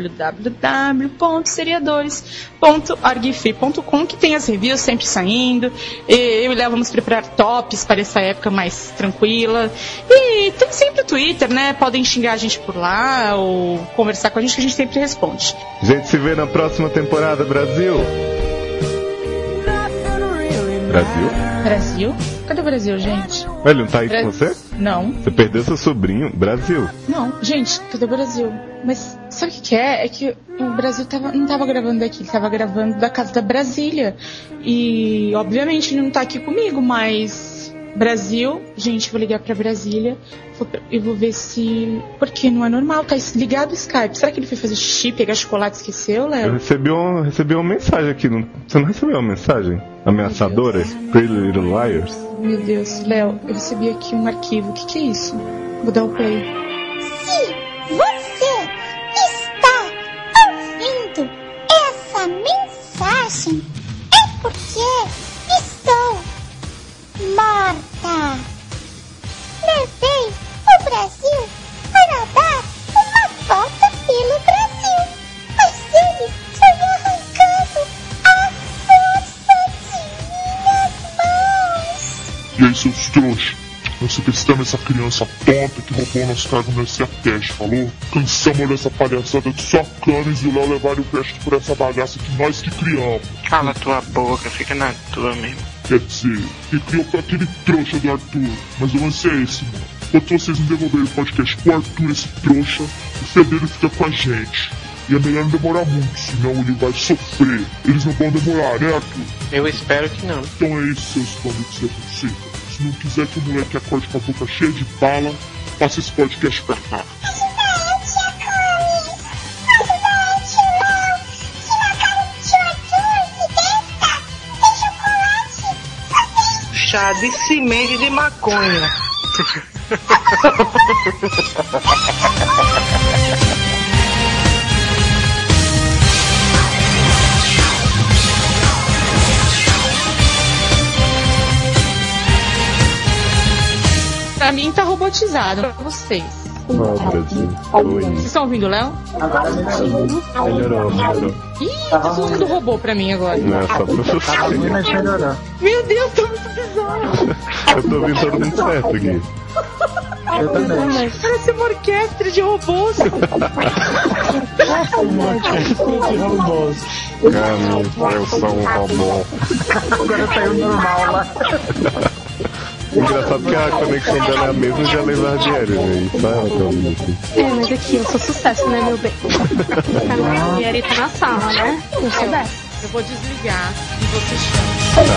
www.seriadores.orgfree.com, que tem as reviews sempre saindo. Eu e Léo vamos preparar tops para essa época mais tranquila. E tem sempre o Twitter, né? Podem xingar a gente por lá ou conversar com a gente, que a gente sempre responde. A gente se vê na próxima temporada, Brasil! Brasil? Cadê o Brasil, gente? Ele não tá aí com você? Não. Você perdeu seu sobrinho? Brasil? Não. Gente, cadê o Brasil? Mas sabe o que é? É que o Brasil não tava gravando daqui, ele tava gravando da casa da Brasília. E, obviamente, ele não tá aqui comigo, mas... Brasil, gente, vou ligar pra Brasília e vou ver se... Porque não é normal, tá ligado o Skype. Será que ele foi fazer xixi, pegar chocolate e esqueceu, Léo? Eu recebi uma mensagem aqui. Você não recebeu uma mensagem ameaçadora? Pretty Little Liars? Meu Deus, Léo, eu recebi aqui um arquivo. O que é isso? Vou dar o play. Se você está ouvindo essa mensagem, é porque estou morta. Levei o Brasil para dar uma volta pelo Brasil, mas ele foi arrancado à força de minhas mãos. E aí, seus trouxas? Nós representamos essa criança tonta que roubou o nosso cargo no SACast, falou? Cansamos dessa palhaçada de só Camis e o Léo levar o crédito por essa bagaça que nós que criamos. Cala tua boca, fica na tua mesmo. Quer dizer, quem criou foi aquele trouxa do Arthur, mas o lance é esse, mano. Enquanto vocês não devolverem o podcast pro Arthur, esse trouxa, o Federo fica com a gente. E é melhor não demorar muito, senão ele vai sofrer. Eles não vão demorar, né, Arthur? Eu espero que não. Então é isso, seus bandidos de buceta. Se não quiser que o moleque acorde com a boca cheia de bala, passa esse podcast pra cá. Chá de semente de maconha. Pra mim tá robotizado, pra vocês. Brasil. Vocês estão ouvindo o Léo? Agora Melhorou. Ih, tá tudo robô pra mim agora. Não, é só pra você. mas melhorou. Meu Deus, tá muito bizarro. Eu tô ouvindo todo mundo certo aqui. Eu também. Parece uma orquestra de robôs. Eu sou um robô. Agora saiu normal lá. Engraçado que a conexão dela é a mesma de Além Barbieri, né? Isso é ouvindo aqui. Mas aqui eu sou sucesso, né, meu bem? A Barbieri tá na sala, né? Eu sou dessa. Eu vou desligar e você chama.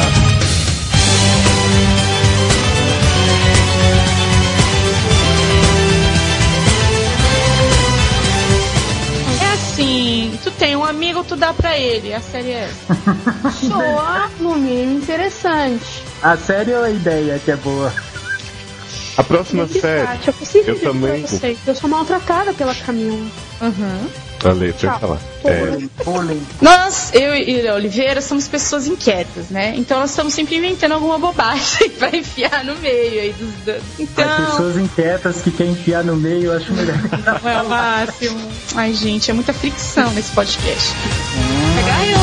É assim, tu tem um amigo, tu dá pra ele. A série é essa. Soa, no mínimo, interessante. A série ou a ideia que é boa? A próxima série. Eu também. Eu sou maltratada pela Camila. Ale, você vai falar. Nós, eu e a Oliveira, somos pessoas inquietas, né? Então nós estamos sempre inventando alguma bobagem pra enfiar no meio aí dos... Então... As pessoas inquietas que querem enfiar no meio, eu acho melhor. Não é o máximo. Ai, gente, é muita fricção nesse podcast. Pegar eu.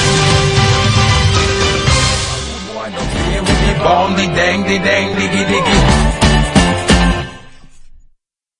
Bom, ding, dang, ding, dang, diggy, diggy.